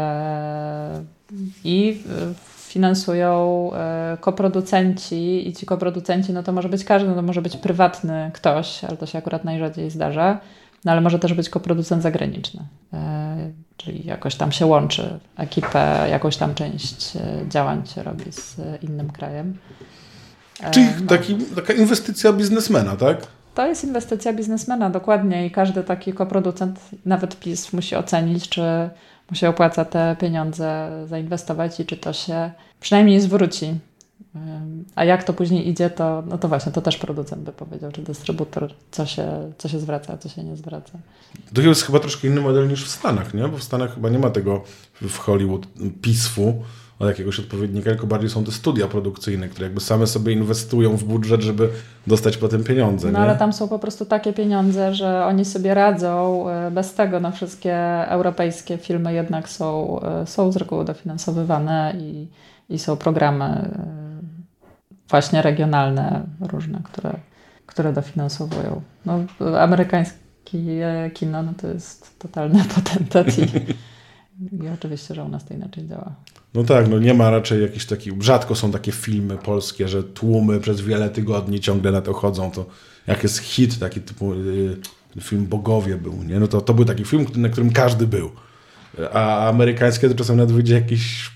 i finansują koproducenci i ci koproducenci, no to może być każdy, no to może być prywatny ktoś, ale to się akurat najrzadziej zdarza, no ale może też być koproducent zagraniczny, czyli jakoś tam się łączy ekipę, jakąś tam część działań się robi z innym krajem. Czyli taka inwestycja biznesmena, tak? To jest inwestycja biznesmena, dokładnie i każdy taki koproducent, nawet PiS musi ocenić, czy mu się opłaca te pieniądze zainwestować i czy to się przynajmniej zwróci. A jak to później idzie, no to właśnie, to też producent by powiedział, czy dystrybutor, co się zwraca, a co się nie zwraca. To jest chyba troszkę inny model niż w Stanach, nie? Bo w Stanach chyba nie ma tego w Hollywood PISF-u od jakiegoś odpowiednika, tylko bardziej są te studia produkcyjne, które jakby same sobie inwestują w budżet, żeby dostać potem pieniądze. No nie? ale tam są po prostu takie pieniądze, że oni sobie radzą bez tego. No wszystkie europejskie filmy jednak są z reguły dofinansowywane i są programy właśnie regionalne różne, które dofinansowują. No, amerykańskie kino no to jest totalny potentat i oczywiście, że u nas to inaczej działa. No tak, no nie ma raczej jakichś takich, rzadko są takie filmy polskie, że tłumy przez wiele tygodni ciągle na to chodzą, to jak jest hit taki typu film Bogowie był, nie? No to był taki film, na którym każdy był. A amerykańskie to czasem nawet wyjdzie jakiś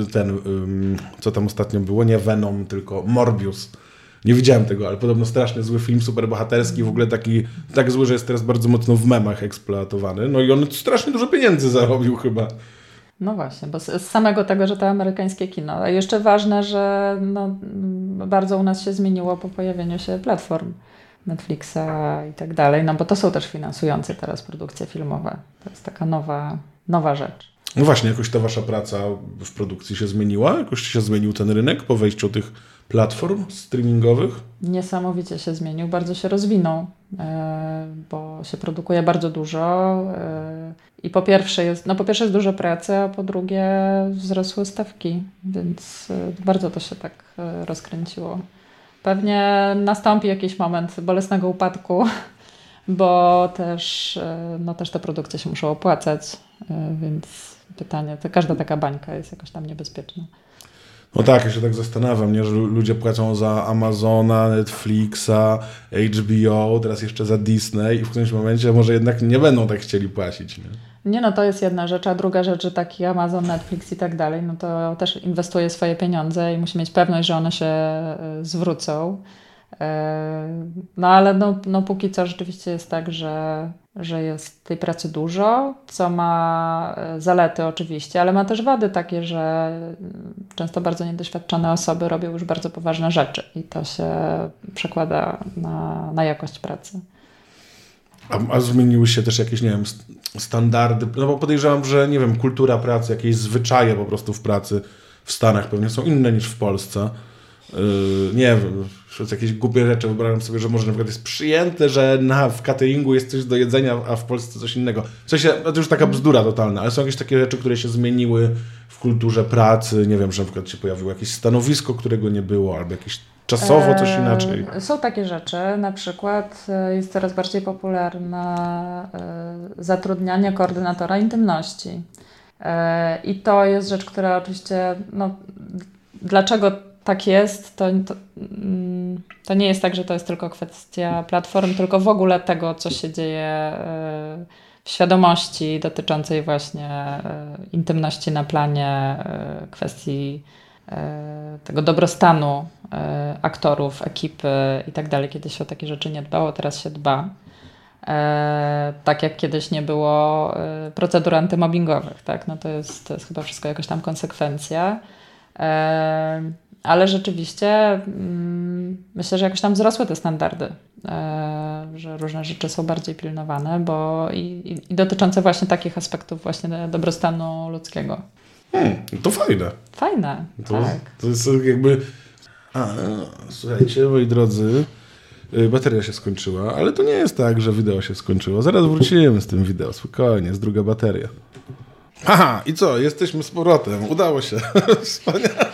co tam ostatnio było, nie Venom, tylko Morbius. Nie widziałem tego, ale podobno strasznie zły film, superbohaterski, w ogóle taki tak zły, że jest teraz bardzo mocno w memach eksploatowany. No i on strasznie dużo pieniędzy zarobił chyba. No właśnie, bo z samego tego, że to amerykańskie kino. A jeszcze ważne, że no, bardzo u nas się zmieniło po pojawieniu się platform Netflixa i tak dalej, no bo to są też finansujące teraz produkcje filmowe. To jest taka nowa rzecz. No właśnie, jakoś ta wasza praca w produkcji się zmieniła? Jakoś się zmienił ten rynek po wejściu tych platform streamingowych? Niesamowicie się zmienił, bardzo się rozwinął, bo się produkuje bardzo dużo i po pierwsze jest dużo pracy, a po drugie wzrosły stawki, więc bardzo to się tak rozkręciło. Pewnie nastąpi jakiś moment bolesnego upadku, bo też te produkcje się muszą opłacać, więc pytanie, to każda taka bańka jest jakoś tam niebezpieczna. No tak, ja się tak zastanawiam, nie, że ludzie płacą za Amazona, Netflixa, HBO, teraz jeszcze za Disney i w którymś momencie może jednak nie będą tak chcieli płacić. Nie, no to jest jedna rzecz, a druga rzecz, że taki Amazon, Netflix i tak dalej, no to też inwestuje swoje pieniądze i musi mieć pewność, że one się zwrócą. No ale no póki co rzeczywiście jest tak, że że jest tej pracy dużo, co ma zalety oczywiście, ale ma też wady takie, że często bardzo niedoświadczone osoby robią już bardzo poważne rzeczy i to się przekłada na jakość pracy. A zmieniły się też jakieś, nie wiem, standardy? No bo podejrzewam, że, nie wiem, kultura pracy, jakieś zwyczaje po prostu w pracy w Stanach pewnie są inne niż w Polsce. Nie wiem, jakieś głupie rzeczy wybrałem sobie, że może na przykład jest przyjęte, że w cateringu jest coś do jedzenia, a w Polsce coś innego. W sensie, to już taka bzdura totalna, ale są jakieś takie rzeczy, które się zmieniły w kulturze pracy. Nie wiem, że na przykład się pojawiło jakieś stanowisko, którego nie było, albo jakieś czasowo coś inaczej. Są takie rzeczy, na przykład jest coraz bardziej popularne zatrudnianie koordynatora intymności. I to jest rzecz, która oczywiście, dlaczego tak jest, to nie jest tak, że to jest tylko kwestia platform, tylko w ogóle tego, co się dzieje w świadomości dotyczącej właśnie intymności na planie, kwestii tego dobrostanu aktorów, ekipy i tak dalej. Kiedyś się o takie rzeczy nie dbało, teraz się dba. Tak jak kiedyś nie było procedur antymobbingowych, tak? No to jest chyba wszystko jakaś tam konsekwencja. Ale rzeczywiście myślę, że jakoś tam wzrosły te standardy, że różne rzeczy są bardziej pilnowane, bo i dotyczące właśnie takich aspektów właśnie dobrostanu ludzkiego. To fajne. Fajne, tak. To jest jakby... Słuchajcie, moi drodzy, bateria się skończyła, ale to nie jest tak, że wideo się skończyło. Zaraz wrócimy z tym wideo, spokojnie, jest druga bateria. Aha, i co? Jesteśmy z powrotem. Udało się. Wspaniale.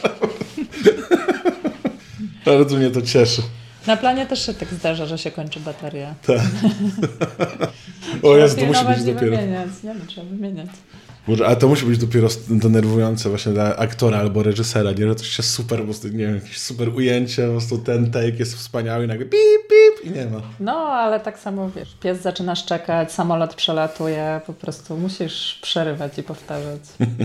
Bardzo mnie to cieszy. Na planie też się tak zdarza, że się kończy bateria. Tak. O Jezu, to musi być dopiero... wymieniać. Nie wiem, trzeba wymieniać. Może, ale to musi być dopiero denerwujące właśnie dla aktora albo reżysera, nie? Że coś się super, po prostu, nie wiem, jakieś super ujęcie, po prostu ten take jest wspaniały i nagle pip, pip i nie ma. No, ale tak samo, wiesz, pies zaczyna szczekać, samolot przelatuje, po prostu musisz przerywać i powtarzać.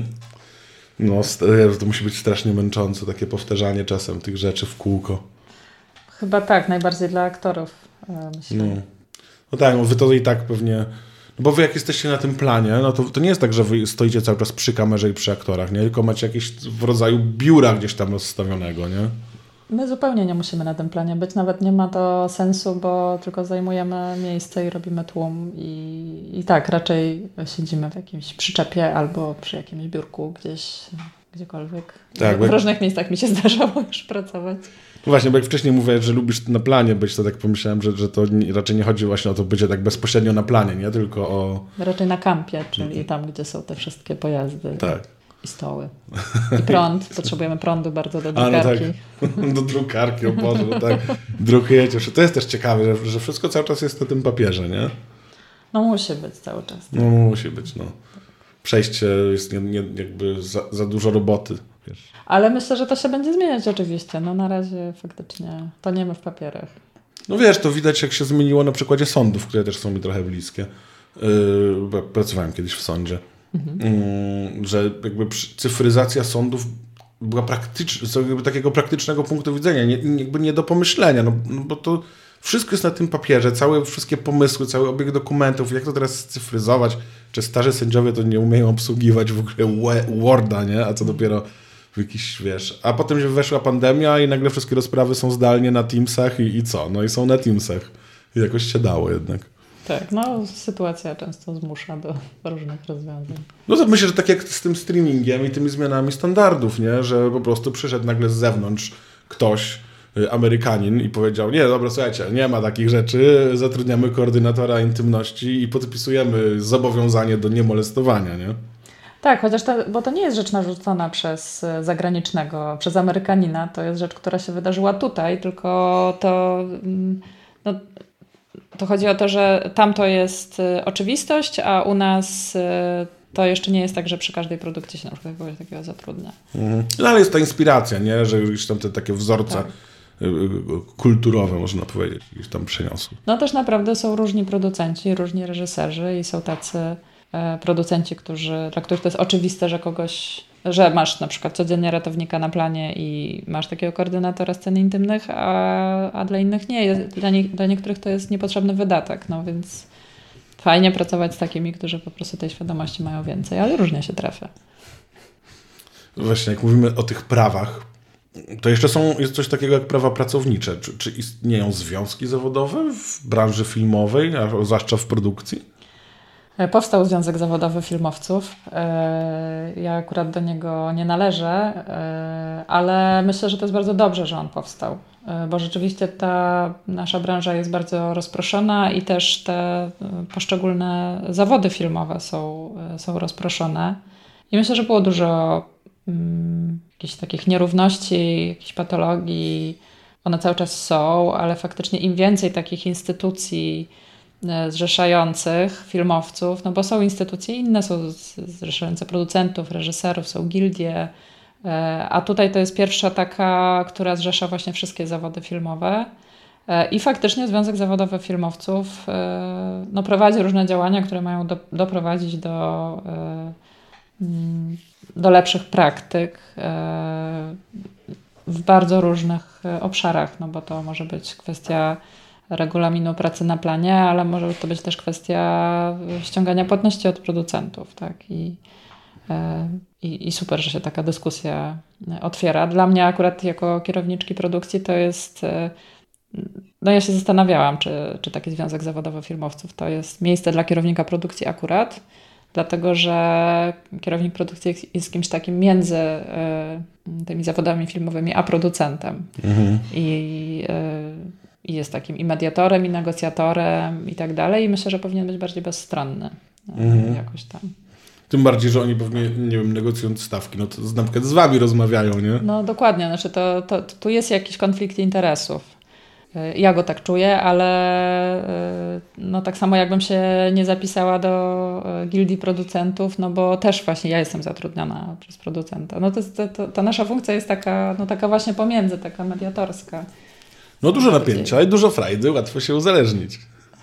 No, to musi być strasznie męczące, takie powtarzanie czasem tych rzeczy w kółko. Chyba tak, najbardziej dla aktorów, myślę. No tak, wy to i tak pewnie... No bo wy jak jesteście na tym planie, no to nie jest tak, że wy stoicie cały czas przy kamerze i przy aktorach, nie? Tylko macie jakieś w rodzaju biura gdzieś tam rozstawionego, nie? My zupełnie nie musimy na tym planie być, nawet nie ma to sensu, bo tylko zajmujemy miejsce i robimy tłum i tak, raczej siedzimy w jakimś przyczepie albo przy jakimś biurku gdziekolwiek. Tak, w różnych miejscach mi się zdarzało już pracować. No właśnie, bo jak wcześniej mówiłeś, że lubisz na planie być, to tak pomyślałem, że to raczej nie chodzi właśnie o to bycie tak bezpośrednio na planie, nie? Tylko o... Raczej na kampie, czyli tam, gdzie są te wszystkie pojazdy. Tak. I stoły. I prąd. Potrzebujemy prądu bardzo do drukarki. No tak. Do drukarki, o Boże, no tak. Drukujecie. To jest też ciekawe, że wszystko cały czas jest na tym papierze, nie? No musi być cały czas. Tak. No musi być, no. Przejście jest jakby za dużo roboty. Wiesz. Ale myślę, że to się będzie zmieniać oczywiście. No na razie faktycznie toniemy w papierach. No wiesz, to widać jak się zmieniło na przykładzie sądów, które też są mi trochę bliskie. Pracowałem kiedyś w sądzie. Że jakby cyfryzacja sądów była praktyczna, z jakby takiego praktycznego punktu widzenia, jakby nie do pomyślenia, no bo to wszystko jest na tym papierze, wszystkie pomysły, cały obieg dokumentów, jak to teraz scyfryzować, czy starzy sędziowie to nie umieją obsługiwać w ogóle Worda, nie? A co dopiero w jakiś, wiesz, a potem się weszła pandemia i nagle wszystkie rozprawy są zdalnie na Teamsach i co? No i są na Teamsach. I jakoś się dało jednak. Tak, no sytuacja często zmusza do różnych rozwiązań. No to myślę, że tak jak z tym streamingiem i tymi zmianami standardów, nie? Że po prostu przyszedł nagle z zewnątrz ktoś, Amerykanin i powiedział, nie, dobra, słuchajcie, nie ma takich rzeczy, zatrudniamy koordynatora intymności i podpisujemy zobowiązanie do niemolestowania, nie? Tak, chociaż bo to nie jest rzecz narzucona przez zagranicznego, przez Amerykanina, to jest rzecz, która się wydarzyła tutaj, tylko to chodzi o to, że tam to jest oczywistość, a u nas to jeszcze nie jest tak, że przy każdej produkcji się na przykład kogoś takiego zatrudnia. No ale jest ta inspiracja, nie? Że już tam te takie wzorce kulturowe, można powiedzieć, już tam przeniosły. No też naprawdę są różni producenci, różni reżyserzy i są tacy producenci, dla których to jest oczywiste, że masz na przykład codziennie ratownika na planie i masz takiego koordynatora scen intymnych, a dla innych nie jest. Dla niektórych to jest niepotrzebny wydatek, no więc fajnie pracować z takimi, którzy po prostu tej świadomości mają więcej, ale różnie się trafia. Właśnie, jak mówimy o tych prawach, to jeszcze jest coś takiego jak prawa pracownicze. Czy istnieją związki zawodowe w branży filmowej, a zwłaszcza w produkcji? Powstał Związek Zawodowy Filmowców. Ja akurat do niego nie należę, ale myślę, że to jest bardzo dobrze, że on powstał, bo rzeczywiście ta nasza branża jest bardzo rozproszona i też te poszczególne zawody filmowe są rozproszone. I myślę, że było dużo jakichś takich nierówności, jakichś patologii. One cały czas są, ale faktycznie im więcej takich instytucji zrzeszających filmowców, no bo są instytucje inne, są zrzeszające producentów, reżyserów, są gildie, a tutaj to jest pierwsza taka, która zrzesza właśnie wszystkie zawody filmowe i faktycznie Związek Zawodowy Filmowców no, prowadzi różne działania, które mają doprowadzić do lepszych praktyk w bardzo różnych obszarach, no bo to może być kwestia regulaminu pracy na planie, ale może to być też kwestia ściągania płatności od producentów, tak? I super, że się taka dyskusja otwiera. Dla mnie akurat jako kierowniczki produkcji to jest, no ja się zastanawiałam, czy taki Związek Zawodowy Filmowców to jest miejsce dla kierownika produkcji akurat, dlatego że kierownik produkcji jest kimś takim między tymi zawodami filmowymi a producentem. I jest takim i mediatorem, i negocjatorem, i tak dalej. I myślę, że powinien być bardziej bezstronny jakoś tam. Tym bardziej, że oni pewnie, nie wiem, negocjując stawki, no to na przykład z wami rozmawiają, nie? No dokładnie, znaczy tu jest jakiś konflikt interesów. Ja go tak czuję, ale no tak samo jakbym się nie zapisała do gildii producentów, no bo też właśnie ja jestem zatrudniona przez producenta. No ta nasza funkcja jest taka, no taka właśnie pomiędzy, taka mediatorska. No dużo napięcia i dużo frajdy, łatwo się uzależnić.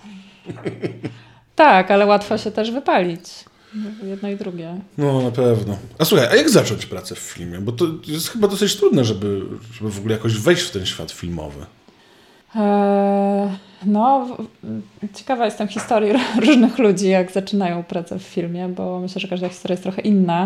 Tak, ale łatwo się też wypalić. Jedno i drugie. No na pewno. A słuchaj, a jak zacząć pracę w filmie? Bo to jest chyba dosyć trudne, żeby w ogóle jakoś wejść w ten świat filmowy. No, ciekawa jestem historii różnych ludzi, jak zaczynają pracę w filmie, bo myślę, że każda historia jest trochę inna.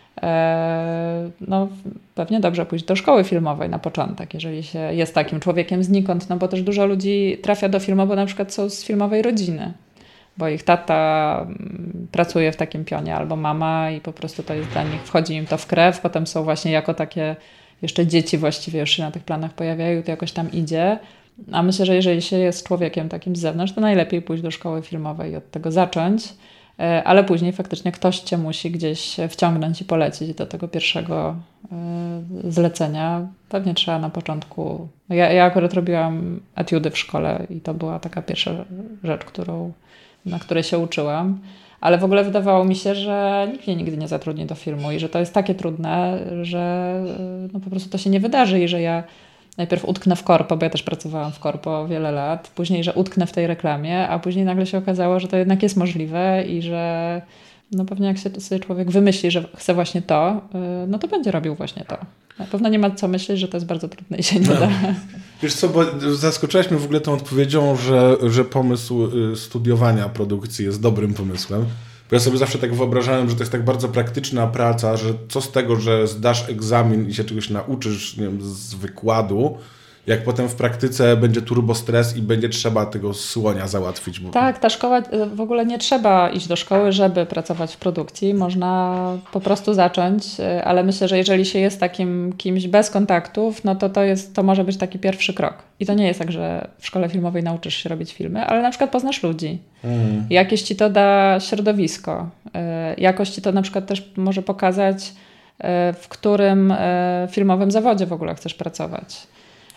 No, pewnie dobrze pójść do szkoły filmowej na początek, jeżeli się jest takim człowiekiem znikąd, no bo też dużo ludzi trafia do filmu, bo na przykład są z filmowej rodziny, bo ich tata pracuje w takim pionie albo mama i po prostu to jest dla nich, wchodzi im to w krew, potem są właśnie jako takie jeszcze dzieci właściwie już się na tych planach pojawiają i to jakoś tam idzie. A myślę, że jeżeli się jest człowiekiem takim z zewnątrz, to najlepiej pójść do szkoły filmowej i od tego zacząć, ale później faktycznie ktoś cię musi gdzieś wciągnąć i polecić do tego pierwszego zlecenia. Pewnie trzeba na początku... Ja akurat robiłam etiudy w szkole i to była taka pierwsza rzecz, na której się uczyłam. Ale w ogóle wydawało mi się, że nikt mnie nigdy nie zatrudni do filmu i że to jest takie trudne, że no po prostu to się nie wydarzy i że ja najpierw utknę w korpo, bo ja też pracowałam w korpo wiele lat, później, że utknę w tej reklamie, a później nagle się okazało, że to jednak jest możliwe i że no pewnie jak sobie człowiek wymyśli, że chce właśnie to, no to będzie robił właśnie to. Na pewno nie ma co myśleć, że to jest bardzo trudne i się nie da. Wiesz co, bo zaskoczyłaś mnie w ogóle tą odpowiedzią, że pomysł studiowania produkcji jest dobrym pomysłem. Bo ja sobie zawsze tak wyobrażałem, że to jest tak bardzo praktyczna praca, że co z tego, że zdasz egzamin i się czegoś nauczysz, nie wiem, z wykładu, jak potem w praktyce będzie turbo stres i będzie trzeba tego słonia załatwić. Tak, ta szkoła, w ogóle nie trzeba iść do szkoły, żeby pracować w produkcji. Można po prostu zacząć, ale myślę, że jeżeli się jest takim kimś bez kontaktów, no to może być taki pierwszy krok. I to nie jest tak, że w szkole filmowej nauczysz się robić filmy, ale na przykład poznasz ludzi. Jakieś ci to da środowisko. Jakoś ci to na przykład też może pokazać, w którym filmowym zawodzie w ogóle chcesz pracować.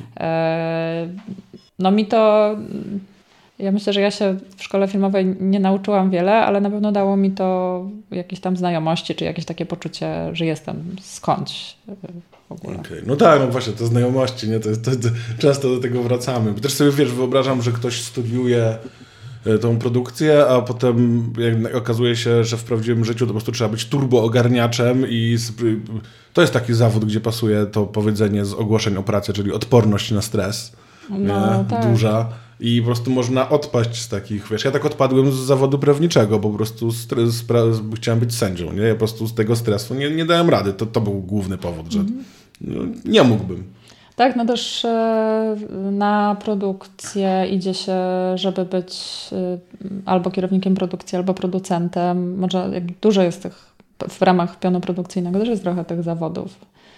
No mi to, ja myślę, że ja się w szkole filmowej nie nauczyłam wiele, ale na pewno dało mi to jakieś tam znajomości, czy jakieś takie poczucie, że jestem skądś w ogóle. Okay. No tak, no właśnie, te znajomości, nie? To często do tego wracamy. Bo też sobie, wiesz, wyobrażam, że ktoś studiuje tą produkcję, a potem jak okazuje się, że w prawdziwym życiu to po prostu trzeba być turbo ogarniaczem i to jest taki zawód, gdzie pasuje to powiedzenie z ogłoszeń o pracę, czyli odporność na stres. tak. Duża. I po prostu można odpaść z takich, wiesz, ja tak odpadłem z zawodu prawniczego, bo po prostu chciałem być sędzią, nie? Ja po prostu z tego stresu nie dałem rady. To był główny powód, że nie mógłbym. Tak, no też na produkcję idzie się, żeby być albo kierownikiem produkcji, albo producentem. Może dużo jest tych, w ramach pionu produkcyjnego też jest trochę tych zawodów.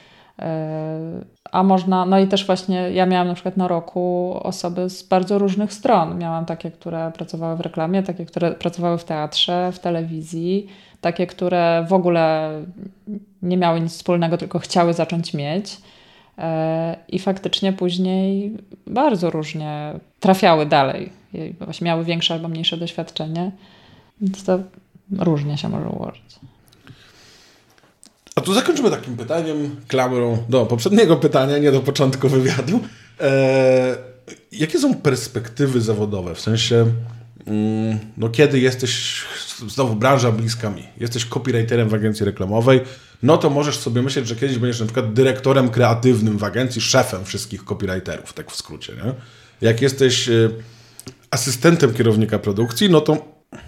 A można, no i też właśnie ja miałam na przykład na roku osoby z bardzo różnych stron. Miałam takie, które pracowały w reklamie, takie, które pracowały w teatrze, w telewizji, takie, które w ogóle nie miały nic wspólnego, tylko chciały zacząć mieć. I faktycznie później bardzo różnie trafiały dalej. Właśnie miały większe albo mniejsze doświadczenie. Więc to różnie się może ułożyć. A tu zakończymy takim pytaniem, klamrą do poprzedniego pytania, nie do początku wywiadu. Jakie są perspektywy zawodowe? W sensie, no kiedy jesteś, znowu branża bliska mi, jesteś copywriterem w agencji reklamowej, no to możesz sobie myśleć, że kiedyś będziesz na przykład dyrektorem kreatywnym w agencji, szefem wszystkich copywriterów, tak w skrócie, nie? Jak jesteś asystentem kierownika produkcji, no to...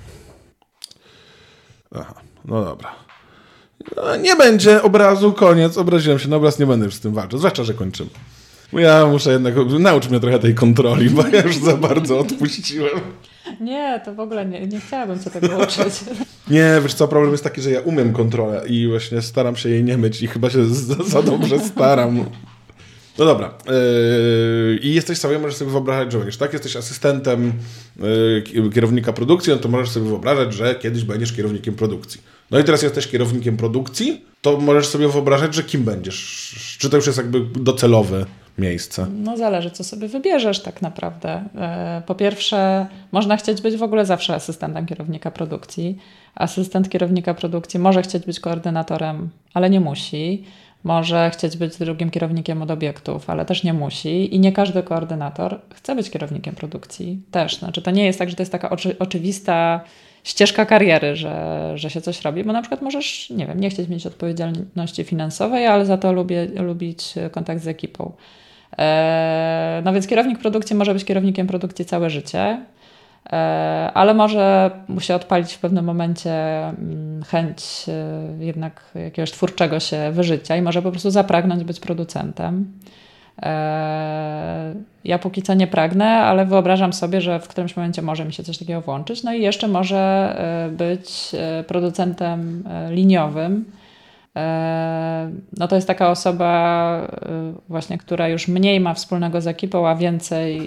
Aha, no dobra. No, nie będzie obrazu, koniec, obraziłem się na obraz, nie będę już z tym walczył, zwłaszcza, że kończymy. Ja muszę jednak, naucz mnie trochę tej kontroli, bo ja już za bardzo odpuściłem. Nie, to w ogóle nie chciałabym się tego uczyć. Nie, wiesz co, problem jest taki, że ja umiem kontrolę i właśnie staram się jej nie myć i chyba się za dobrze staram. No dobra. I jesteś sobie, możesz sobie wyobrażać, że będziesz, tak? Jesteś asystentem kierownika produkcji, no to możesz sobie wyobrażać, że kiedyś będziesz kierownikiem produkcji. No i teraz jesteś kierownikiem produkcji, to możesz sobie wyobrażać, że kim będziesz? Czy to już jest jakby docelowe miejsce? No zależy, co sobie wybierzesz tak naprawdę. Po pierwsze, można chcieć być w ogóle zawsze asystentem kierownika produkcji. Asystent kierownika produkcji może chcieć być koordynatorem, ale nie musi. Może chcieć być drugim kierownikiem od obiektów, ale też nie musi. I nie każdy koordynator chce być kierownikiem produkcji też. Znaczy, to nie jest tak, że to jest taka oczywista ścieżka kariery, że się coś robi, bo na przykład możesz, nie wiem, nie chcieć mieć odpowiedzialności finansowej, ale za to lubić kontakt z ekipą. No więc kierownik produkcji może być kierownikiem produkcji całe życie, ale może mu się odpalić w pewnym momencie chęć jednak jakiegoś twórczego się wyżycia i może po prostu zapragnąć być producentem. Ja póki co nie pragnę, ale wyobrażam sobie, że w którymś momencie może mi się coś takiego włączyć. No i jeszcze może być producentem liniowym. No to jest taka osoba właśnie, która już mniej ma wspólnego z ekipą, a więcej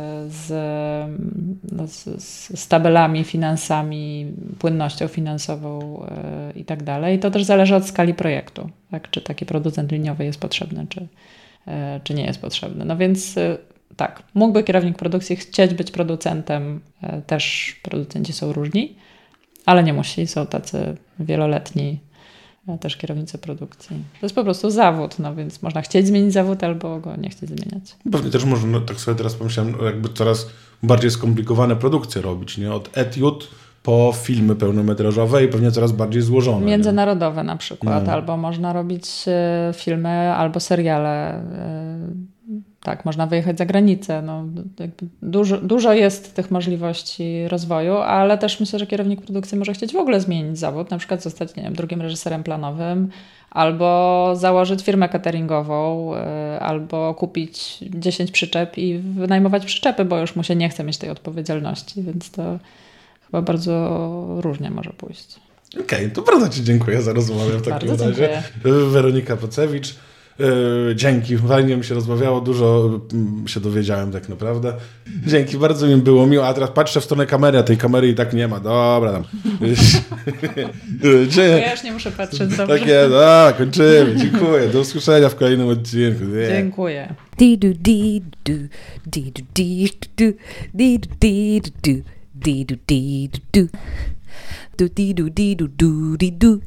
z tabelami, finansami, płynnością finansową i tak dalej. To też zależy od skali projektu, tak? Czy taki producent liniowy jest potrzebny, czy nie jest potrzebny. No więc tak, mógłby kierownik produkcji chcieć być producentem, też producenci są różni, ale nie musi, są tacy wieloletni też kierownicy produkcji. To jest po prostu zawód, no więc można chcieć zmienić zawód albo go nie chcieć zmieniać. Pewnie też można, no, tak sobie teraz pomyślałem, jakby coraz bardziej skomplikowane produkcje robić, nie? Od etiud po filmy pełnometrażowe i pewnie coraz bardziej złożone. Międzynarodowe na przykład, albo można robić filmy albo seriale. Tak, można wyjechać za granicę. No, dużo jest tych możliwości rozwoju, ale też myślę, że kierownik produkcji może chcieć w ogóle zmienić zawód, na przykład zostać, nie wiem, drugim reżyserem planowym, albo założyć firmę cateringową, albo kupić 10 przyczep i wynajmować przyczepy, bo już mu się nie chce mieć tej odpowiedzialności, więc to chyba bardzo różnie może pójść. Okej, to bardzo Ci dziękuję za rozmowę w takim razie. Dziękuję. Weronika Procewicz. Dzięki, fajnie mi się rozmawiało, dużo się dowiedziałem tak naprawdę. Dzięki, bardzo mi było miło. A teraz patrzę w stronę kamery, a tej kamery i tak nie ma. Dobra, tam. Ja już nie muszę patrzeć, dobrze. Tak jest, kończymy. Dziękuję. Do usłyszenia w kolejnym odcinku. Dziękuję.